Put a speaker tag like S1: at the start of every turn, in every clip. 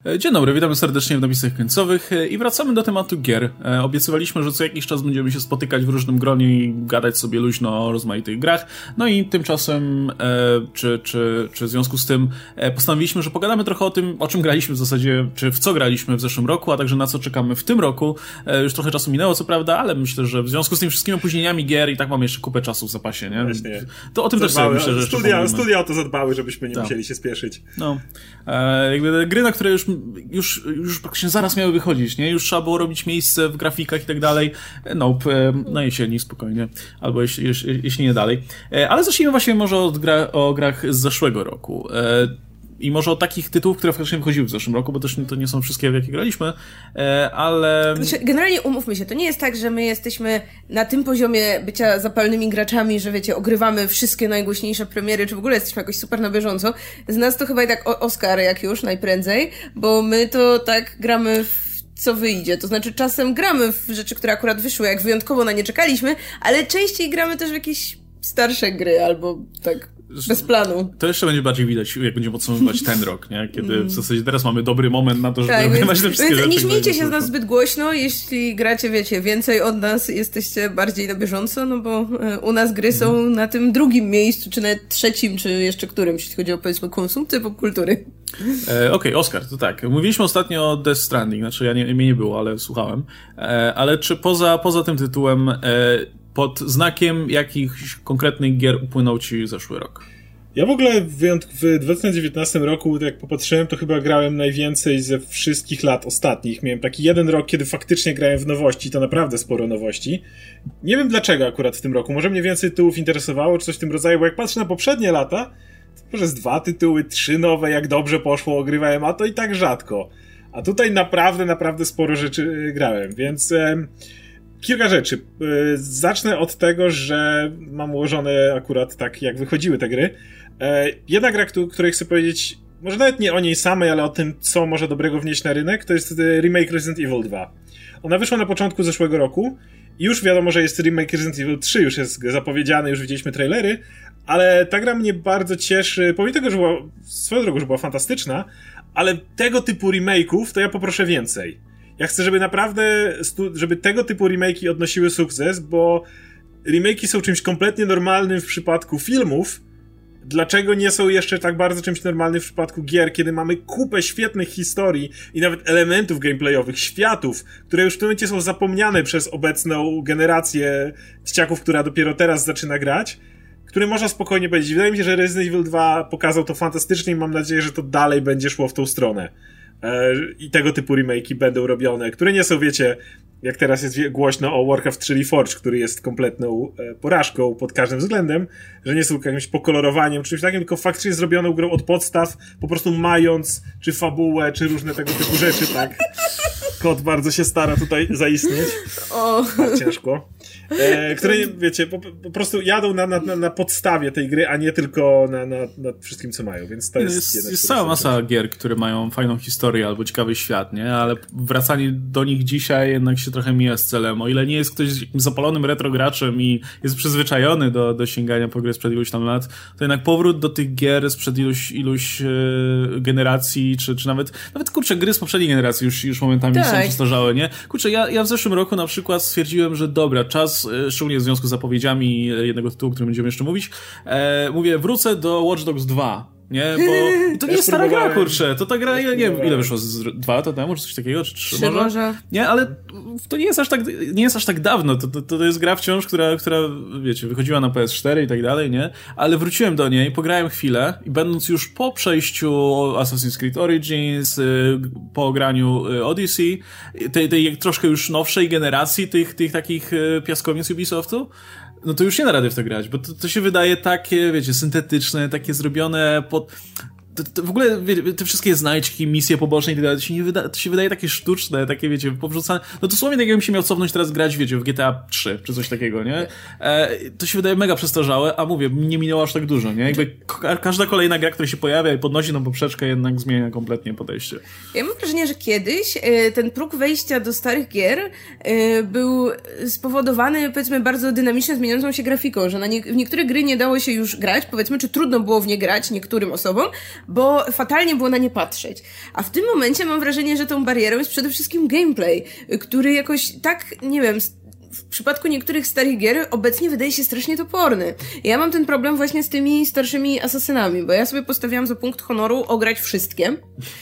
S1: Dzień dobry, witamy serdecznie w napisach końcowych i wracamy do tematu gier. Obiecywaliśmy, że co jakiś czas będziemy się spotykać w różnym gronie i gadać sobie luźno o rozmaitych grach. No i tymczasem, czy w związku z tym postanowiliśmy, że pogadamy trochę o tym, o czym graliśmy w zasadzie, czy w co graliśmy w zeszłym roku, a także na co czekamy w tym roku. Już trochę czasu minęło, co prawda, ale myślę, że w związku z tymi wszystkimi opóźnieniami gier i tak mamy jeszcze kupę czasu w zapasie, nie?
S2: Właśnie.
S1: To o tym też sobie myślę, że
S2: studia o to zadbały, żebyśmy nie musieli się spieszyć.
S1: No. Jakby gry, na które już praktycznie zaraz miały wychodzić, nie? Już trzeba było robić miejsce w grafikach i tak dalej. Nope, na jesieni, spokojnie. Albo jeśli nie dalej. Ale zacznijmy właśnie może o grach z zeszłego roku. I może o takich tytułów, które faktycznie wychodziły w zeszłym roku, bo też to nie są wszystkie, w jakie graliśmy, ale...
S3: Znaczy, generalnie umówmy się, to nie jest tak, że my jesteśmy na tym poziomie bycia zapalnymi graczami, że wiecie, ogrywamy wszystkie najgłośniejsze premiery, czy w ogóle jesteśmy jakoś super na bieżąco. Z nas to chyba i tak Oscar jak już najprędzej, bo my to tak gramy w co wyjdzie. To znaczy czasem gramy w rzeczy, które akurat wyszły, jak wyjątkowo na nie czekaliśmy, ale częściej gramy też w jakieś starsze gry, albo tak bez planu.
S1: To jeszcze będzie bardziej widać, jak będziemy podsumowywać ten rok, nie? Kiedy w zasadzie teraz mamy dobry moment na to, żeby nagrywać te wszystkie rzeczy.
S3: Nie śmiejcie się z nas zbyt głośno, jeśli gracie, wiecie, więcej od nas, jesteście bardziej na bieżąco, no bo u nas gry są na tym drugim miejscu, czy nawet trzecim, czy jeszcze którymś, jeśli chodzi o, powiedzmy, konsumpcję popkultury.
S1: Okej, Oskar, to tak. Mówiliśmy ostatnio o Death Stranding, znaczy mnie nie było, ale słuchałem. Ale czy poza tym tytułem pod znakiem jakichś konkretnych gier upłynął ci zeszły rok?
S2: Ja w ogóle w 2019 roku, jak popatrzyłem, to chyba grałem najwięcej ze wszystkich lat ostatnich. Miałem taki jeden rok, kiedy faktycznie grałem w nowości, to naprawdę sporo nowości. Nie wiem dlaczego akurat w tym roku. Może mnie więcej tytułów interesowało, czy coś w tym rodzaju, bo jak patrzę na poprzednie lata, to może z 2 tytuły, 3 nowe, jak dobrze poszło, ogrywałem, a to i tak rzadko. A tutaj naprawdę sporo rzeczy grałem, więc... Kilka rzeczy. Zacznę od tego, że mam ułożone akurat tak, jak wychodziły te gry. Jedna gra, której chcę powiedzieć, może nawet nie o niej samej, ale o tym, co może dobrego wnieść na rynek, to jest remake Resident Evil 2. Ona wyszła na początku zeszłego roku i już wiadomo, że jest remake Resident Evil 3, już jest zapowiedziany, już widzieliśmy trailery, ale ta gra mnie bardzo cieszy, pomimo tego, że była, swoją drogą, że była fantastyczna, ale tego typu remake'ów to ja poproszę więcej. Ja chcę, żeby naprawdę, żeby tego typu remake'i odnosiły sukces, bo remake'i są czymś kompletnie normalnym w przypadku filmów. Dlaczego nie są jeszcze tak bardzo czymś normalnym w przypadku gier, kiedy mamy kupę świetnych historii i nawet elementów gameplayowych, światów, które już w tym momencie są zapomniane przez obecną generację dzieciaków, która dopiero teraz zaczyna grać, które można spokojnie powiedzieć. Wydaje mi się, że Resident Evil 2 pokazał to fantastycznie i mam nadzieję, że to dalej będzie szło w tą stronę. I tego typu remake'i będą robione, które nie są, wiecie, jak teraz jest głośno o Warcraft 3 Reforged, który jest kompletną porażką pod każdym względem, że nie są jakimś pokolorowaniem, czy czymś takim, tylko faktycznie zrobioną grą od podstaw, po prostu mając czy fabułę, czy różne tego typu rzeczy, tak. Kot bardzo się stara tutaj zaistnieć. Tak ciężko. Które, wiecie, po prostu jadą na podstawie tej gry, a nie tylko na wszystkim, co mają, więc to
S1: jest cała masa gier, które mają fajną historię albo ciekawy świat, nie? Ale wracanie do nich dzisiaj jednak się trochę mija z celem. O ile nie jest ktoś zapalonym retrograczem i jest przyzwyczajony do sięgania po gry sprzed iluś tam lat, to jednak powrót do tych gier sprzed iluś generacji, czy nawet kurczę, gry z poprzedniej generacji już momentami są przestarzałe, nie? Kurczę, ja w zeszłym roku na przykład stwierdziłem, że dobra, czas, szczególnie w związku z zapowiedziami jednego tytułu, o którym będziemy jeszcze mówić, mówię, wrócę do Watch Dogs 2. Nie, bo to nie jest stara gra, kurczę. To ta gra, ja nie wiem, ile wyszło, 2 lata temu, czy coś takiego, czy 3 może? Nie, ale to nie jest aż tak dawno. To jest gra wciąż, która, wiecie, wychodziła na PS4 i tak dalej, nie? Ale wróciłem do niej, pograłem chwilę i będąc już po przejściu Assassin's Creed Origins, po graniu Odyssey, tej troszkę już nowszej generacji tych takich piaskownic Ubisoftu, no to już nie da rady w to grać, bo to się wydaje takie, wiecie, syntetyczne, takie zrobione pod... w ogóle te wszystkie znajdźki, misje poboczne i tak dalej, to się wydaje takie sztuczne, takie, wiecie, powrzucane. No dosłownie tak jakbym się miał cofnąć teraz grać, wiecie, w GTA 3 czy coś takiego, nie? To się wydaje mega przestarzałe, a mówię, nie minęło aż tak dużo, nie? Jakby każda kolejna gra, która się pojawia i podnosi tą poprzeczkę, jednak zmienia kompletnie podejście.
S3: Ja mam wrażenie, że kiedyś ten próg wejścia do starych gier był spowodowany, powiedzmy, bardzo dynamicznie zmieniającą się grafiką, że w niektóre gry nie dało się już grać, powiedzmy, czy trudno było w nie grać niektórym osobom, bo fatalnie było na nie patrzeć. A w tym momencie mam wrażenie, że tą barierą jest przede wszystkim gameplay, który jakoś tak, nie wiem, w przypadku niektórych starych gier obecnie wydaje się strasznie toporny. Ja mam ten problem właśnie z tymi starszymi asasynami, bo ja sobie postawiłam za punkt honoru ograć wszystkie,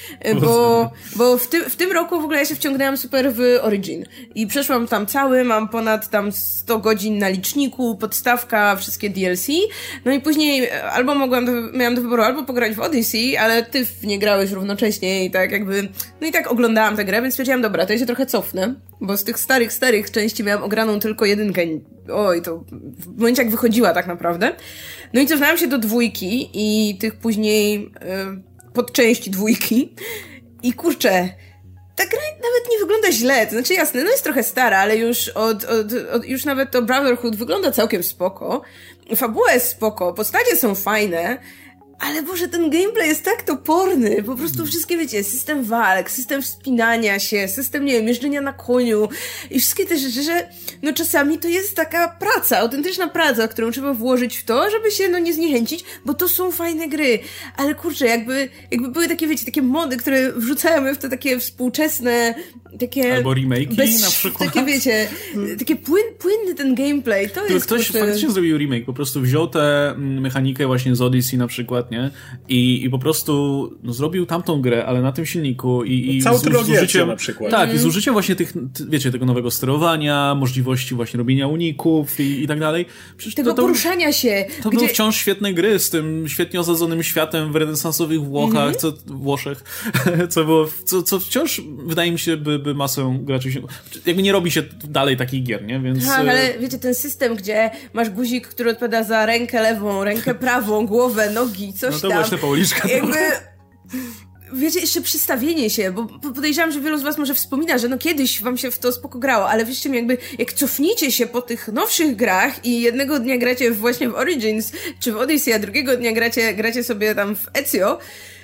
S3: bo w tym roku w ogóle ja się wciągnęłam super w Origin i przeszłam tam cały, mam ponad tam 100 godzin na liczniku, podstawka, wszystkie DLC, no i później albo miałam do wyboru albo pograć w Odyssey, ale ty w nie grałeś równocześnie i tak jakby, no i tak oglądałam tę grę, więc stwierdziłam, dobra, to ja się trochę cofnę, bo z tych starych części miałam ograną tylko jedynkę. Oj, to w momencie jak wychodziła tak naprawdę. No i cofnęłam się do 2 i tych później podczęści 2 i kurczę, ta gra nawet nie wygląda źle. To znaczy jasne, no jest trochę stara, ale już nawet to Brotherhood wygląda całkiem spoko. Fabuła jest spoko, postacie są fajne, ale Boże, ten gameplay jest tak toporny. Po prostu wszystkie, wiecie, system walk, system wspinania się, system, nie wiem, jeżdżenia na koniu i wszystkie te rzeczy, że no czasami to jest taka praca, autentyczna praca, którą trzeba włożyć w to, żeby się, no, nie zniechęcić, bo to są fajne gry. Ale kurczę, jakby były takie, wiecie, takie mody, które wrzucają w to takie współczesne, takie...
S1: Albo remake'i na przykład.
S3: Takie, wiecie, takie płynny ten gameplay, to jest...
S1: Ktoś faktycznie zrobił remake, po prostu wziął tę mechanikę właśnie z Odyssey na przykład, nie? I po prostu no, zrobił tamtą grę, ale na tym silniku i
S2: całą trylogię na przykład.
S1: Tak, i z użyciem właśnie tych, wiecie, tego nowego sterowania, możliwości właśnie robienia uników i tak dalej. Przecież
S3: tego poruszania się.
S1: To były wciąż świetne gry z tym świetnie osadzonym światem w renesansowych Włochach, Włoszech, co wciąż wydaje mi się, by masę graczy się... Jakby nie robi się dalej takich gier, nie? Więc...
S3: Tak, ale wiecie, ten system, gdzie masz guzik, który odpowiada za rękę lewą, rękę prawą, głowę, nogi, coś
S1: no to
S3: tam.
S1: właśnie Pauliczka.
S3: Jakby... Wiecie, jeszcze przystawienie się, bo podejrzewam, że wielu z was może wspomina, że no kiedyś wam się w to spoko grało, ale wierzcie mi, jakby jak cofniecie się po tych nowszych grach i jednego dnia gracie właśnie w Origins czy w Odyssey, a drugiego dnia gracie sobie tam w Ezio,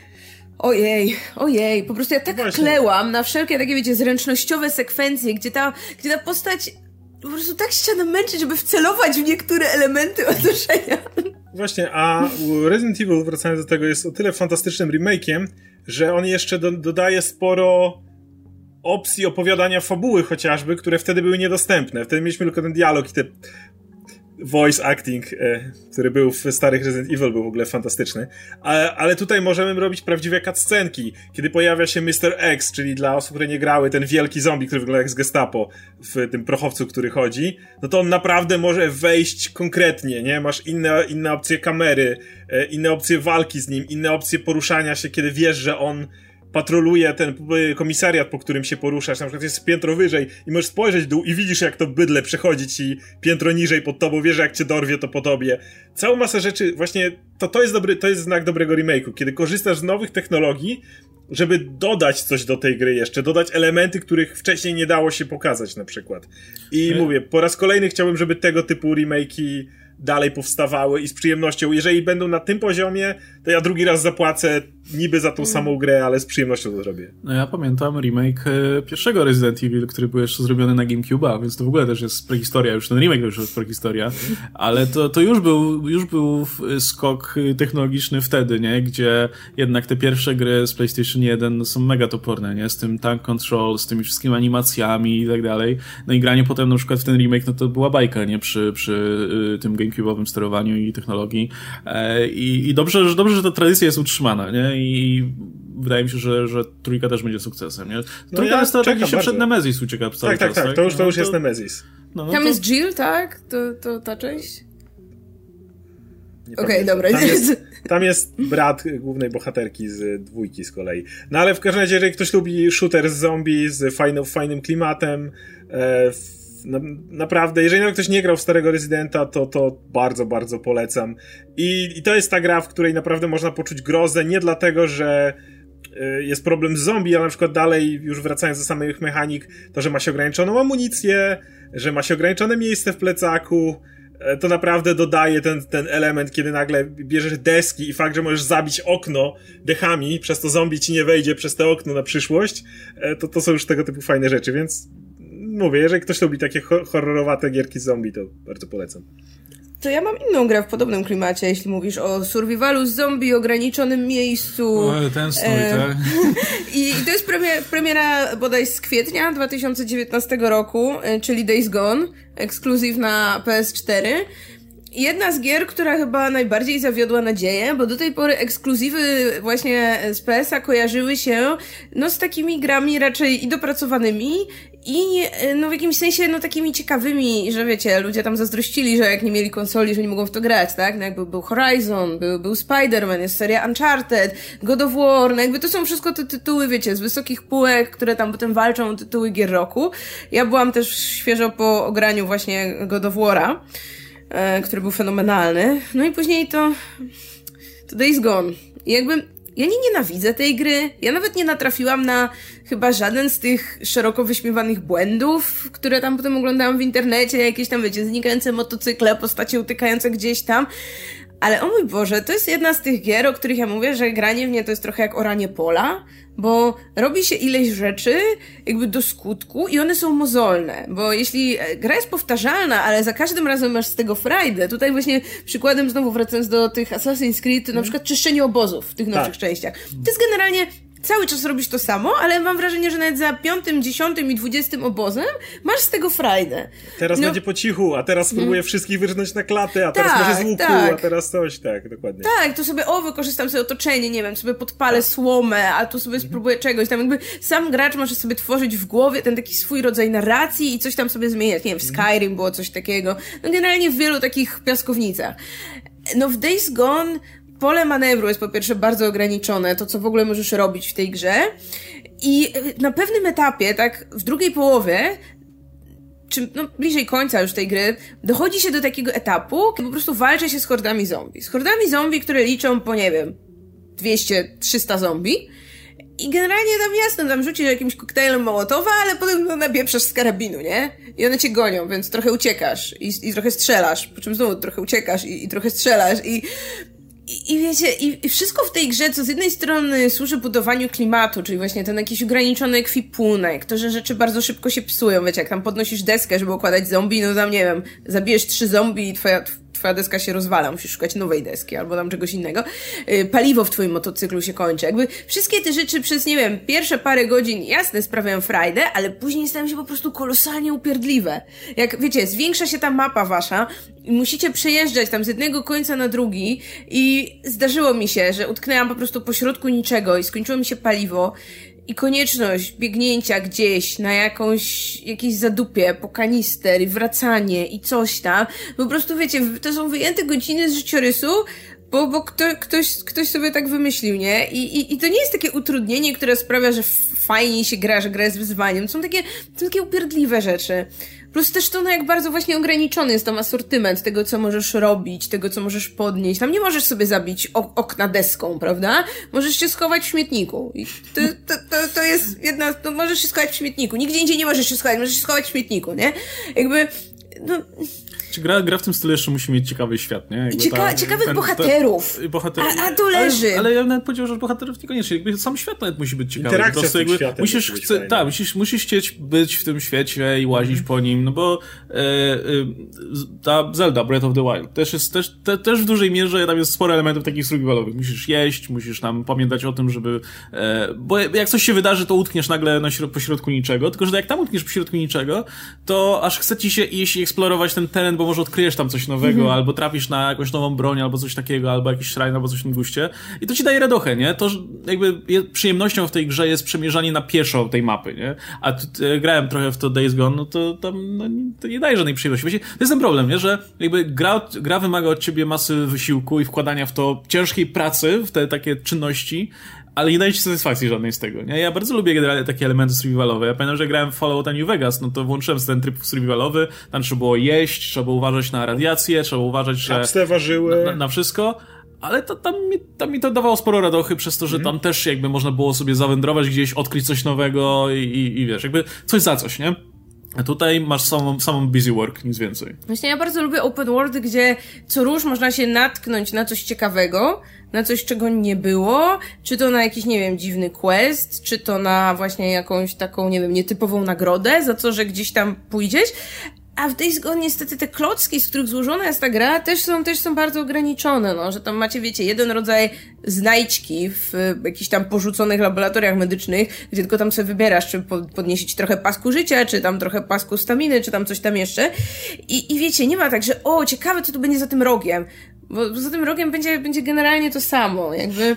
S3: ojej, po prostu ja tak klełam na wszelkie takie, wiecie, zręcznościowe sekwencje, gdzie ta postać po prostu tak się trzeba namęczyć, żeby wcelować w niektóre elementy otoczenia.
S2: Właśnie, a Resident Evil, wracając do tego, jest o tyle fantastycznym remake'iem, że on jeszcze dodaje sporo opcji opowiadania fabuły chociażby, które wtedy były niedostępne. Wtedy mieliśmy tylko ten dialog i te voice acting, który był w starych Resident Evil, był w ogóle fantastyczny. Ale tutaj możemy robić prawdziwe cutscenki, kiedy pojawia się Mr. X, czyli dla osób, które nie grały, ten wielki zombie, który wygląda jak z Gestapo w tym prochowcu, który chodzi, no to on naprawdę może wejść konkretnie, nie? Masz inne opcje kamery, inne opcje walki z nim, inne opcje poruszania się, kiedy wiesz, że on patroluje ten komisariat, po którym się poruszasz, na przykład jest piętro wyżej i możesz spojrzeć w dół i widzisz, jak to bydle przechodzi ci piętro niżej pod tobą, wiesz, że jak cię dorwie, to po tobie. Całą masę rzeczy, właśnie to jest znak dobrego remake'u, kiedy korzystasz z nowych technologii, żeby dodać coś do tej gry jeszcze, dodać elementy, których wcześniej nie dało się pokazać na przykład. I mówię, po raz kolejny chciałbym, żeby tego typu remake'i dalej powstawały i z przyjemnością. Jeżeli będą na tym poziomie, to ja drugi raz zapłacę niby za tą samą grę, ale z przyjemnością to zrobię.
S1: No ja pamiętam remake pierwszego Resident Evil, który był jeszcze zrobiony na GameCube'a, więc to w ogóle też jest prehistoria, już ten remake to już jest prehistoria, ale to już był skok technologiczny wtedy, nie? Gdzie jednak te pierwsze gry z PlayStation 1 są mega toporne, nie? Z tym tank control, z tymi wszystkimi animacjami i tak dalej. No i granie potem na przykład w ten remake, no to była bajka, nie? Przy tym GameCube'owym sterowaniu i technologii. I dobrze, że ta tradycja jest utrzymana, nie? I wydaje mi się, że trójka też będzie sukcesem, nie? Trójka jest tak się przed Nemesis ucieka cały czas.
S2: Tak, to już jest Nemesis.
S3: Tam jest Jill, tak? To ta część? Okej, dobra.
S2: Tam jest brat głównej bohaterki z dwójki z kolei. No ale w każdym razie, jeżeli ktoś lubi shooter z zombie, z fajnym klimatem, naprawdę, jeżeli nawet ktoś nie grał w starego Residenta, to bardzo, bardzo polecam. I to jest ta gra, w której naprawdę można poczuć grozę, nie dlatego, że jest problem z zombie, ale na przykład dalej, już wracając do samych mechanik, to, że ma się ograniczoną amunicję, że ma się ograniczone miejsce w plecaku, to naprawdę dodaje ten element, kiedy nagle bierzesz deski i fakt, że możesz zabić okno dechami, przez to zombie ci nie wejdzie przez te okno na przyszłość, to są już tego typu fajne rzeczy, więc mówię, jeżeli ktoś lubi takie horrorowate gierki z zombie, to bardzo polecam.
S3: To ja mam inną grę w podobnym klimacie, jeśli mówisz o survivalu z zombie, ograniczonym miejscu.
S1: O, ten strój, tak.
S3: I to jest premiera bodaj z kwietnia 2019 roku, czyli Days Gone, ekskluzyw na PS4. Jedna z gier, która chyba najbardziej zawiodła nadzieję, bo do tej pory ekskluzywy właśnie z PS-a kojarzyły się z takimi grami raczej i dopracowanymi i w jakimś sensie takimi ciekawymi, że wiecie, ludzie tam zazdrościli, że jak nie mieli konsoli, że nie mogą w to grać, tak? Jakby był Horizon, był Spider-Man, jest seria Uncharted, God of War, jakby to są wszystko te tytuły, wiecie, z wysokich półek, które tam potem walczą o tytuły gier roku. Ja byłam też świeżo po ograniu właśnie God of War'a, który był fenomenalny. No i później to Days Gone. I jakby ja nie nienawidzę tej gry. Ja nawet nie natrafiłam na chyba żaden z tych szeroko wyśmiewanych błędów, które tam potem oglądałam w internecie, jakieś tam, wiecie, znikające motocykle, postacie utykające gdzieś tam. Ale o mój Boże, to jest jedna z tych gier, o których ja mówię, że granie w nie to jest trochę jak oranie pola, bo robi się ileś rzeczy jakby do skutku i one są mozolne, bo jeśli gra jest powtarzalna, ale za każdym razem masz z tego frajdę, tutaj właśnie przykładem znowu wracając do tych Assassin's Creed, to na przykład czyszczenie obozów w tych nowszych częściach. To jest generalnie cały czas robisz to samo, ale mam wrażenie, że nawet za 5., 10. i 20. obozem masz z tego frajdę.
S2: Teraz będzie po cichu, a teraz spróbuję wszystkich wyrżnąć na klatę, a teraz może z łuku, a teraz coś, tak, dokładnie.
S3: Tak, to sobie wykorzystam sobie otoczenie, nie wiem, sobie podpalę słomę, a tu sobie spróbuję czegoś, tam jakby sam gracz może sobie tworzyć w głowie ten taki swój rodzaj narracji i coś tam sobie zmieniać, nie wiem, w Skyrim było coś takiego, generalnie w wielu takich piaskownicach. W Days Gone pole manewru jest po pierwsze bardzo ograniczone, to co w ogóle możesz robić w tej grze i na pewnym etapie, tak w drugiej połowie, czy bliżej końca już tej gry, dochodzi się do takiego etapu, kiedy po prostu walczy się z hordami zombie. Z hordami zombie, które liczą po, nie wiem, 200-300 zombie i generalnie tam jasno, tam rzucisz jakimś koktajlem Mołotowa, ale potem napieprzasz z karabinu, nie? I one cię gonią, więc trochę uciekasz i trochę strzelasz, po czym znowu trochę uciekasz i trochę strzelasz i wiecie, i wszystko w tej grze, co z jednej strony służy budowaniu klimatu, czyli właśnie ten jakiś ograniczony ekwipunek, to, że rzeczy bardzo szybko się psują, wiecie, jak tam podnosisz deskę, żeby układać zombie, tam nie wiem, zabijesz 3 zombie i twoja deska się rozwala, musisz szukać nowej deski albo tam czegoś innego. Paliwo w twoim motocyklu się kończy. Jakby wszystkie te rzeczy przez, nie wiem, pierwsze parę godzin jasne sprawiają frajdę, ale później stają się po prostu kolosalnie upierdliwe. Jak, wiecie, zwiększa się ta mapa wasza i musicie przejeżdżać tam z jednego końca na drugi i zdarzyło mi się, że utknęłam po prostu pośrodku niczego i skończyło mi się paliwo i konieczność biegnięcia gdzieś na jakiejś zadupie po kanister i wracanie i coś tam. Po prostu wiecie, to są wyjęte godziny z życiorysu, bo ktoś sobie tak wymyślił, nie? I to nie jest takie utrudnienie, które sprawia, że fajnie się gra, że gra jest wyzwaniem. To są takie upierdliwe rzeczy. Plus też to, jak bardzo właśnie ograniczony jest tam asortyment tego, co możesz robić, tego, co możesz podnieść. Tam nie możesz sobie zabić okna deską, prawda? Możesz się schować w śmietniku. I to jest jedna, to możesz się schować w śmietniku. Nigdzie indziej nie możesz się schować, możesz się schować w śmietniku, nie? Jakby,
S1: Czy gra w tym stylu jeszcze musi mieć ciekawy świat, nie?
S3: Ciekawych bohaterów. A tu leży.
S1: Ale ja nawet powiedział, że bohaterów niekoniecznie. Jakby sam świat nawet musi być ciekawy.
S2: Interakcja z tym światem
S1: musisz chcieć być w tym świecie i łazić po nim, bo ta Zelda Breath of the Wild też w dużej mierze tam jest sporo elementów takich survivalowych. Musisz jeść, musisz tam pamiętać o tym, żeby bo jak coś się wydarzy, to utkniesz nagle pośrodku niczego, tylko że jak tam utkniesz pośrodku niczego, to aż chce ci się iść i eksplorować ten teren, bo może odkryjesz tam coś nowego, albo trafisz na jakąś nową broń, albo coś takiego, albo jakiś shrine, albo coś w tym guście. I to ci daje radochę, nie? To jakby przyjemnością w tej grze jest przemierzanie na pieszo tej mapy, nie? A grałem trochę w to Days Gone, to tam to nie daje żadnej przyjemności. Wiecie, to jest ten problem, nie? Że jakby gra wymaga od ciebie masy wysiłku i wkładania w to ciężkiej pracy, w te takie czynności, ale nie daje ci satysfakcji żadnej z tego, nie? Ja bardzo lubię generalnie takie elementy survivalowe. Ja pamiętam, że grałem w Fallouta New Vegas, to włączyłem ten tryb survivalowy, tam trzeba było jeść, trzeba było uważać na radiację, trzeba było uważać, że na wszystko, ale tam mi to dawało sporo radochy przez to, że tam też jakby można było sobie zawędrować gdzieś, odkryć coś nowego i wiesz, jakby coś za coś, nie? A tutaj masz samą busy work, nic więcej.
S3: Właśnie ja bardzo lubię open worldy, gdzie co rusz można się natknąć na coś ciekawego, na coś, czego nie było, czy to na jakiś, nie wiem, dziwny quest, czy to na właśnie jakąś taką, nie wiem, nietypową nagrodę za to, że gdzieś tam pójdziesz, A w Days Gone niestety te klocki, z których złożona jest ta gra, też są bardzo ograniczone, no, że tam macie, wiecie, jeden rodzaj znajdźki w jakichś tam porzuconych laboratoriach medycznych, gdzie tylko tam sobie wybierasz, czy podnieść trochę pasku życia, czy tam trochę pasku staminy, czy tam coś tam jeszcze. I wiecie, nie ma tak, że ciekawe, co tu będzie za tym rogiem. Bo za tym rogiem będzie generalnie to samo, jakby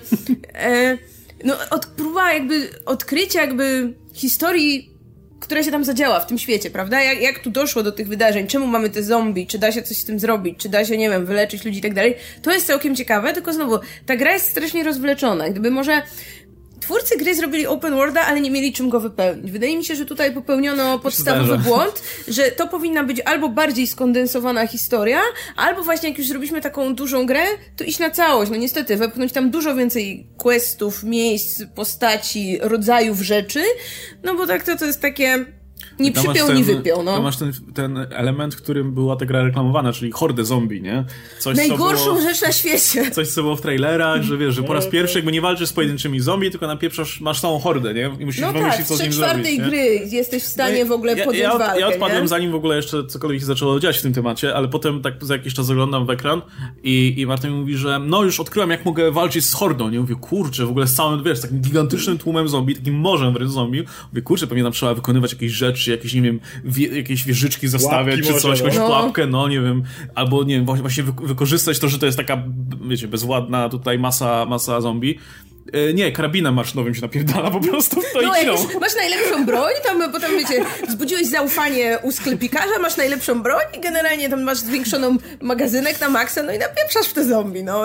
S3: próba jakby odkrycia jakby historii, która się tam zadziała w tym świecie, prawda? Jak tu doszło do tych wydarzeń, czemu mamy te zombie, czy da się coś z tym zrobić, czy da się, nie wiem, wyleczyć ludzi i tak dalej, to jest całkiem ciekawe, tylko znowu, ta gra jest strasznie rozwleczona. Gdyby może twórcy gry zrobili open worlda, ale nie mieli czym go wypełnić. Wydaje mi się, że tutaj popełniono podstawowy błąd, że to powinna być albo bardziej skondensowana historia, albo właśnie jak już zrobiliśmy taką dużą grę, to iść na całość. No niestety, wepchnąć tam dużo więcej questów, miejsc, postaci, rodzajów rzeczy, no bo tak to jest takie... Nie przypiął, nie wypiął, no.
S1: To masz ten element, którym była ta gra reklamowana, czyli hordę zombie, nie?
S3: Najgorszą rzecz na świecie.
S1: Coś, co było w trailerach, że wiesz, że po raz pierwszy jakby nie walczysz z pojedynczymi zombie, tylko napieprzasz, masz całą hordę, nie? I musisz wymyślić, co z nim zrobić, nie?
S3: 3/4 gry jesteś w stanie w ogóle podjąć walkę,
S1: ja odpadłem,
S3: nie?
S1: zanim w ogóle jeszcze cokolwiek się zaczęło dziać w tym temacie, ale potem tak za jakiś czas zaglądam w ekran i Marta mi mówi, że no już odkryłem, jak mogę walczyć z hordą, nie? Mówię, kurczę, w ogóle z całym, wiesz, takim gigantycznym tłumem zombie, takim morzem wręcz zombie. Mówię, kurczę, pewnie tam trzeba wykonywać jakieś rzeczy, jakieś, nie wiem, jakieś wieżyczki zastawiać, czy coś, jakąś pułapkę, no nie wiem, albo nie wiem, właśnie wykorzystać to, że to jest taka, wiecie, bezładna tutaj masa zombie. Nie, karabinem maszynowym się napierdala po prostu w to i
S3: masz najlepszą broń, tam potem, wiecie, wzbudziłeś zaufanie u sklepikarza, masz najlepszą broń i generalnie tam masz zwiększoną magazynek na maksa, no i napieprzasz w te zombie, no.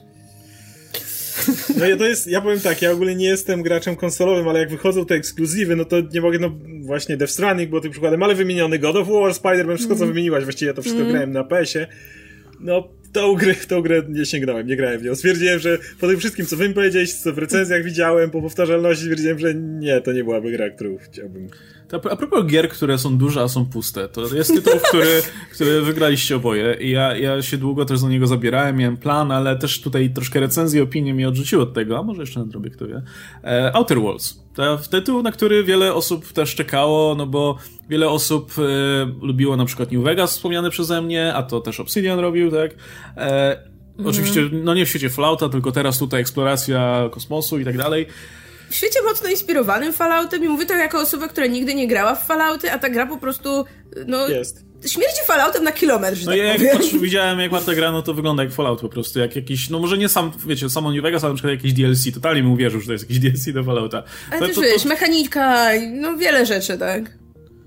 S2: No ja powiem tak, ja ogólnie nie jestem graczem konsolowym, ale jak wychodzą te ekskluzywy, no to nie mogę, no właśnie Death Stranding był tym przykładem, ale wymieniony God of War, Spider-Man, wszystko co wymieniłaś, właściwie ja to wszystko grałem na PS-ie. No, tą grę nie sięgnąłem, nie grałem w nią. Stwierdziłem, że po tym wszystkim, co wy mi powiedzieliście, co w recenzjach widziałem, po powtarzalności stwierdziłem, że nie, to nie byłaby gra, którą chciałbym.
S1: A propos gier, które są duże, a są puste, to jest tytuł, który wygraliście oboje i ja się długo też do niego zabierałem, miałem plan, ale też tutaj troszkę recenzje, opinie mnie odrzuciły od tego, a może jeszcze nadrobię, kto wie. Outer Worlds. To tytuł, na który wiele osób też czekało, no bo wiele osób lubiło na przykład New Vegas wspomniane przeze mnie, a to też Obsidian robił, tak? Oczywiście, no nie w świecie Fallouta, tylko teraz tutaj eksploracja kosmosu i tak dalej.
S3: W świecie mocno inspirowanym Falloutem i mówię to jako osoba, która nigdy nie grała w Fallouty, a ta gra po prostu, no...
S2: Jest.
S3: Śmierdzi Falloutem na kilometr, że
S1: no
S3: tak
S1: jak widziałem, jak Marta gra, no to wygląda jak Fallout po prostu, jak jakiś, no może nie sam, wiecie, samo New Vegas, ale na przykład jakieś DLC, totalnie mi uwierzył, że to jest jakiś DLC do Fallouta.
S3: Ale też wiesz, mechanika, no wiele rzeczy, tak?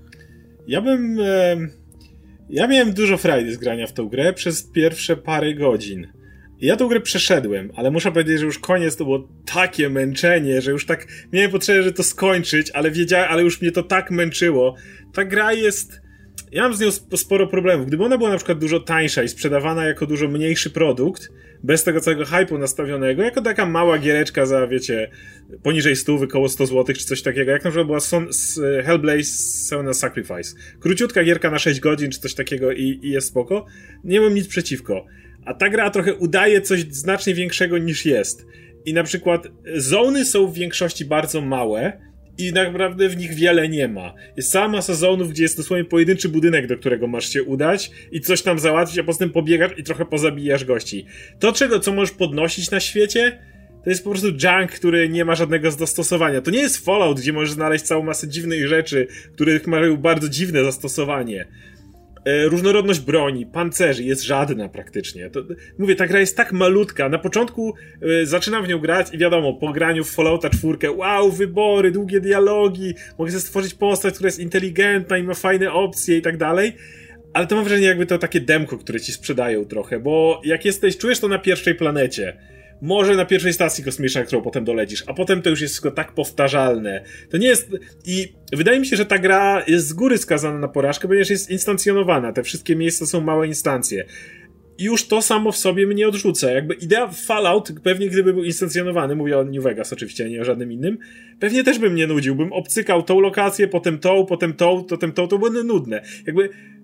S2: Ja miałem dużo frajdy z grania w tą grę przez pierwsze parę godzin. I ja tą grę przeszedłem, ale muszę powiedzieć, że już koniec to było takie męczenie, że już tak miałem potrzebę, że to skończyć, ale już mnie to tak męczyło. Ta gra jest... Ja mam z nią sporo problemów. Gdyby ona była na przykład dużo tańsza i sprzedawana jako dużo mniejszy produkt, bez tego całego hype'u nastawionego, jako taka mała giereczka za, wiecie, poniżej 100, koło 100 zł czy coś takiego, jak na przykład była Hellblade Senua's Sacrifice. Króciutka gierka na 6 godzin czy coś takiego i jest spoko. Nie mam nic przeciwko. A ta gra trochę udaje coś znacznie większego niż jest. I na przykład zony są w większości bardzo małe i naprawdę w nich wiele nie ma. Jest cała masa zonów, gdzie jest dosłownie pojedynczy budynek, do którego masz się udać i coś tam załatwić, a potem pobiegasz i trochę pozabijasz gości. To, co możesz podnosić na świecie, to jest po prostu junk, który nie ma żadnego zastosowania. To nie jest Fallout, gdzie możesz znaleźć całą masę dziwnych rzeczy, których mają bardzo dziwne zastosowanie. Różnorodność broni, pancerzy jest żadna praktycznie. Mówię, ta gra jest tak malutka. Na początku zaczynam w nią grać i wiadomo, po graniu w Fallouta 4, wow, wybory, długie dialogi, mogę sobie stworzyć postać, która jest inteligentna i ma fajne opcje i tak dalej. Ale to mam wrażenie, jakby to takie demko, które ci sprzedają trochę, bo jak czujesz to na pierwszej planecie, może na pierwszej stacji kosmicznej, którą potem dolecisz, a potem to już jest wszystko tak powtarzalne. To nie jest... I wydaje mi się, że ta gra jest z góry skazana na porażkę, ponieważ jest instancjonowana. Te wszystkie miejsca są małe instancje. I już to samo w sobie mnie odrzuca. Jakby idea Fallout, pewnie gdyby był instancjonowany, mówię o New Vegas oczywiście, a nie o żadnym innym, pewnie też bym nie nudził. Bym obcykał tą lokację, potem tą, to były nudne. Jakby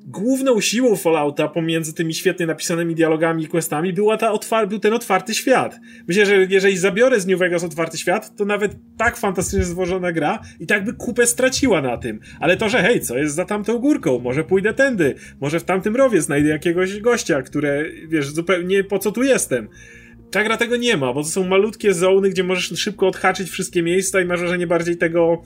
S2: główną siłą Fallouta pomiędzy tymi świetnie napisanymi dialogami i questami był ten otwarty świat. Myślę, że jeżeli zabiorę z New Vegas otwarty świat, to nawet tak fantastycznie złożona gra i tak by kupę straciła na tym. Ale to, że hej, co jest za tamtą górką? Może pójdę tędy, może w tamtym rowie znajdę jakiegoś gościa, które, wiesz, zupełnie po co tu jestem. Ta gra tego nie ma, bo to są malutkie zony, gdzie możesz szybko odhaczyć wszystkie miejsca i masz wrażenie bardziej tego,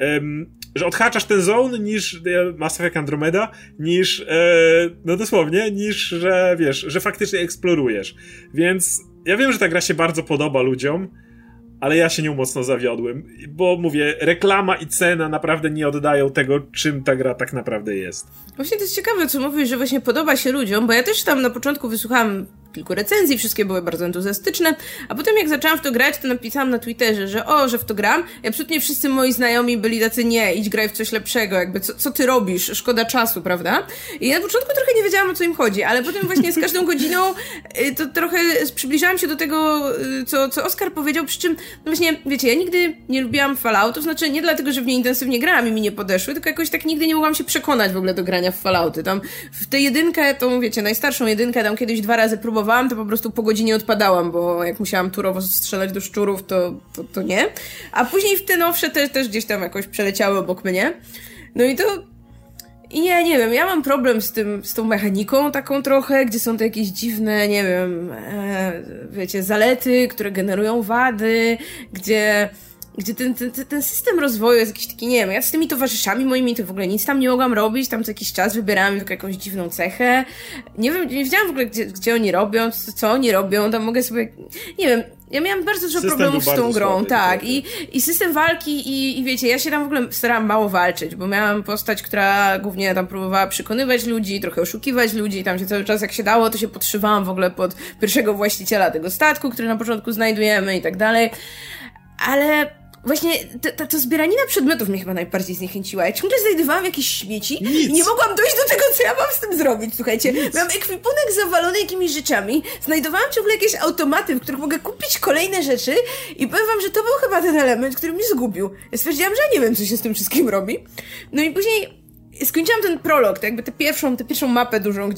S2: że odhaczasz ten zone niż Mass Effect Andromeda, niż, no dosłownie, niż, że wiesz, że faktycznie eksplorujesz. Więc ja wiem, że ta gra się bardzo podoba ludziom, ale ja się nią mocno zawiodłem, bo mówię, reklama i cena naprawdę nie oddają tego, czym ta gra tak naprawdę jest.
S3: Właśnie to jest ciekawe, co mówisz, że właśnie podoba się ludziom, bo ja też tam na początku wysłuchałam kilku recenzji, wszystkie były bardzo entuzjastyczne, a potem jak zaczęłam w to grać, to napisałam na Twitterze, że w to gram i absolutnie wszyscy moi znajomi byli tacy, nie, idź graj w coś lepszego, jakby co ty robisz, szkoda czasu, prawda? I ja na początku trochę nie wiedziałam, o co im chodzi, ale potem właśnie z każdą godziną to trochę przybliżałam się do tego, co Oskar powiedział, przy czym, no właśnie, wiecie, ja nigdy nie lubiłam Fallout, to znaczy nie dlatego, że w nie intensywnie grałam i mi nie podeszły, tylko jakoś tak nigdy nie mogłam się przekonać w ogóle do grania w Fallouty. Tam w tę jedynkę, tą wiecie, najstarszą jedynkę, tam kiedyś 2 razy próbowałam, to po prostu po godzinie odpadałam, bo jak musiałam turowo strzelać do szczurów, to nie. A później w te nowsze też gdzieś tam jakoś przeleciały obok mnie. No i to... I nie wiem, ja mam problem z tą mechaniką taką trochę, gdzie są te jakieś dziwne, nie wiem, wiecie, zalety, które generują wady, gdzie ten system rozwoju jest jakiś taki, nie wiem, ja z tymi towarzyszami moimi to w ogóle nic tam nie mogłam robić, tam co jakiś czas wybierałam tylko jakąś dziwną cechę. Nie wiem, nie wiedziałam w ogóle, gdzie oni robią, co oni robią, tam mogę sobie, nie wiem, ja miałam bardzo dużo problemów z tą grą, tak, i system walki i wiecie, ja się tam w ogóle starałam mało walczyć, bo miałam postać, która głównie tam próbowała przekonywać ludzi, trochę oszukiwać ludzi, tam się cały czas jak się dało, to się podszywałam w ogóle pod pierwszego właściciela tego statku, który na początku znajdujemy i tak dalej, ale właśnie to zbieranina przedmiotów mnie chyba najbardziej zniechęciła. Ja ciągle znajdowałam jakieś śmieci i nie mogłam dojść do tego, co ja mam z tym zrobić, słuchajcie. Miałam ekwipunek zawalony jakimiś rzeczami, znajdowałam ciągle jakieś automaty, w których mogę kupić kolejne rzeczy i powiem wam, że to był chyba ten element, który mnie zgubił. Ja stwierdziłam, że ja nie wiem, co się z tym wszystkim robi. No i później skończyłam ten prolog, to jakby tę pierwszą mapę dużą,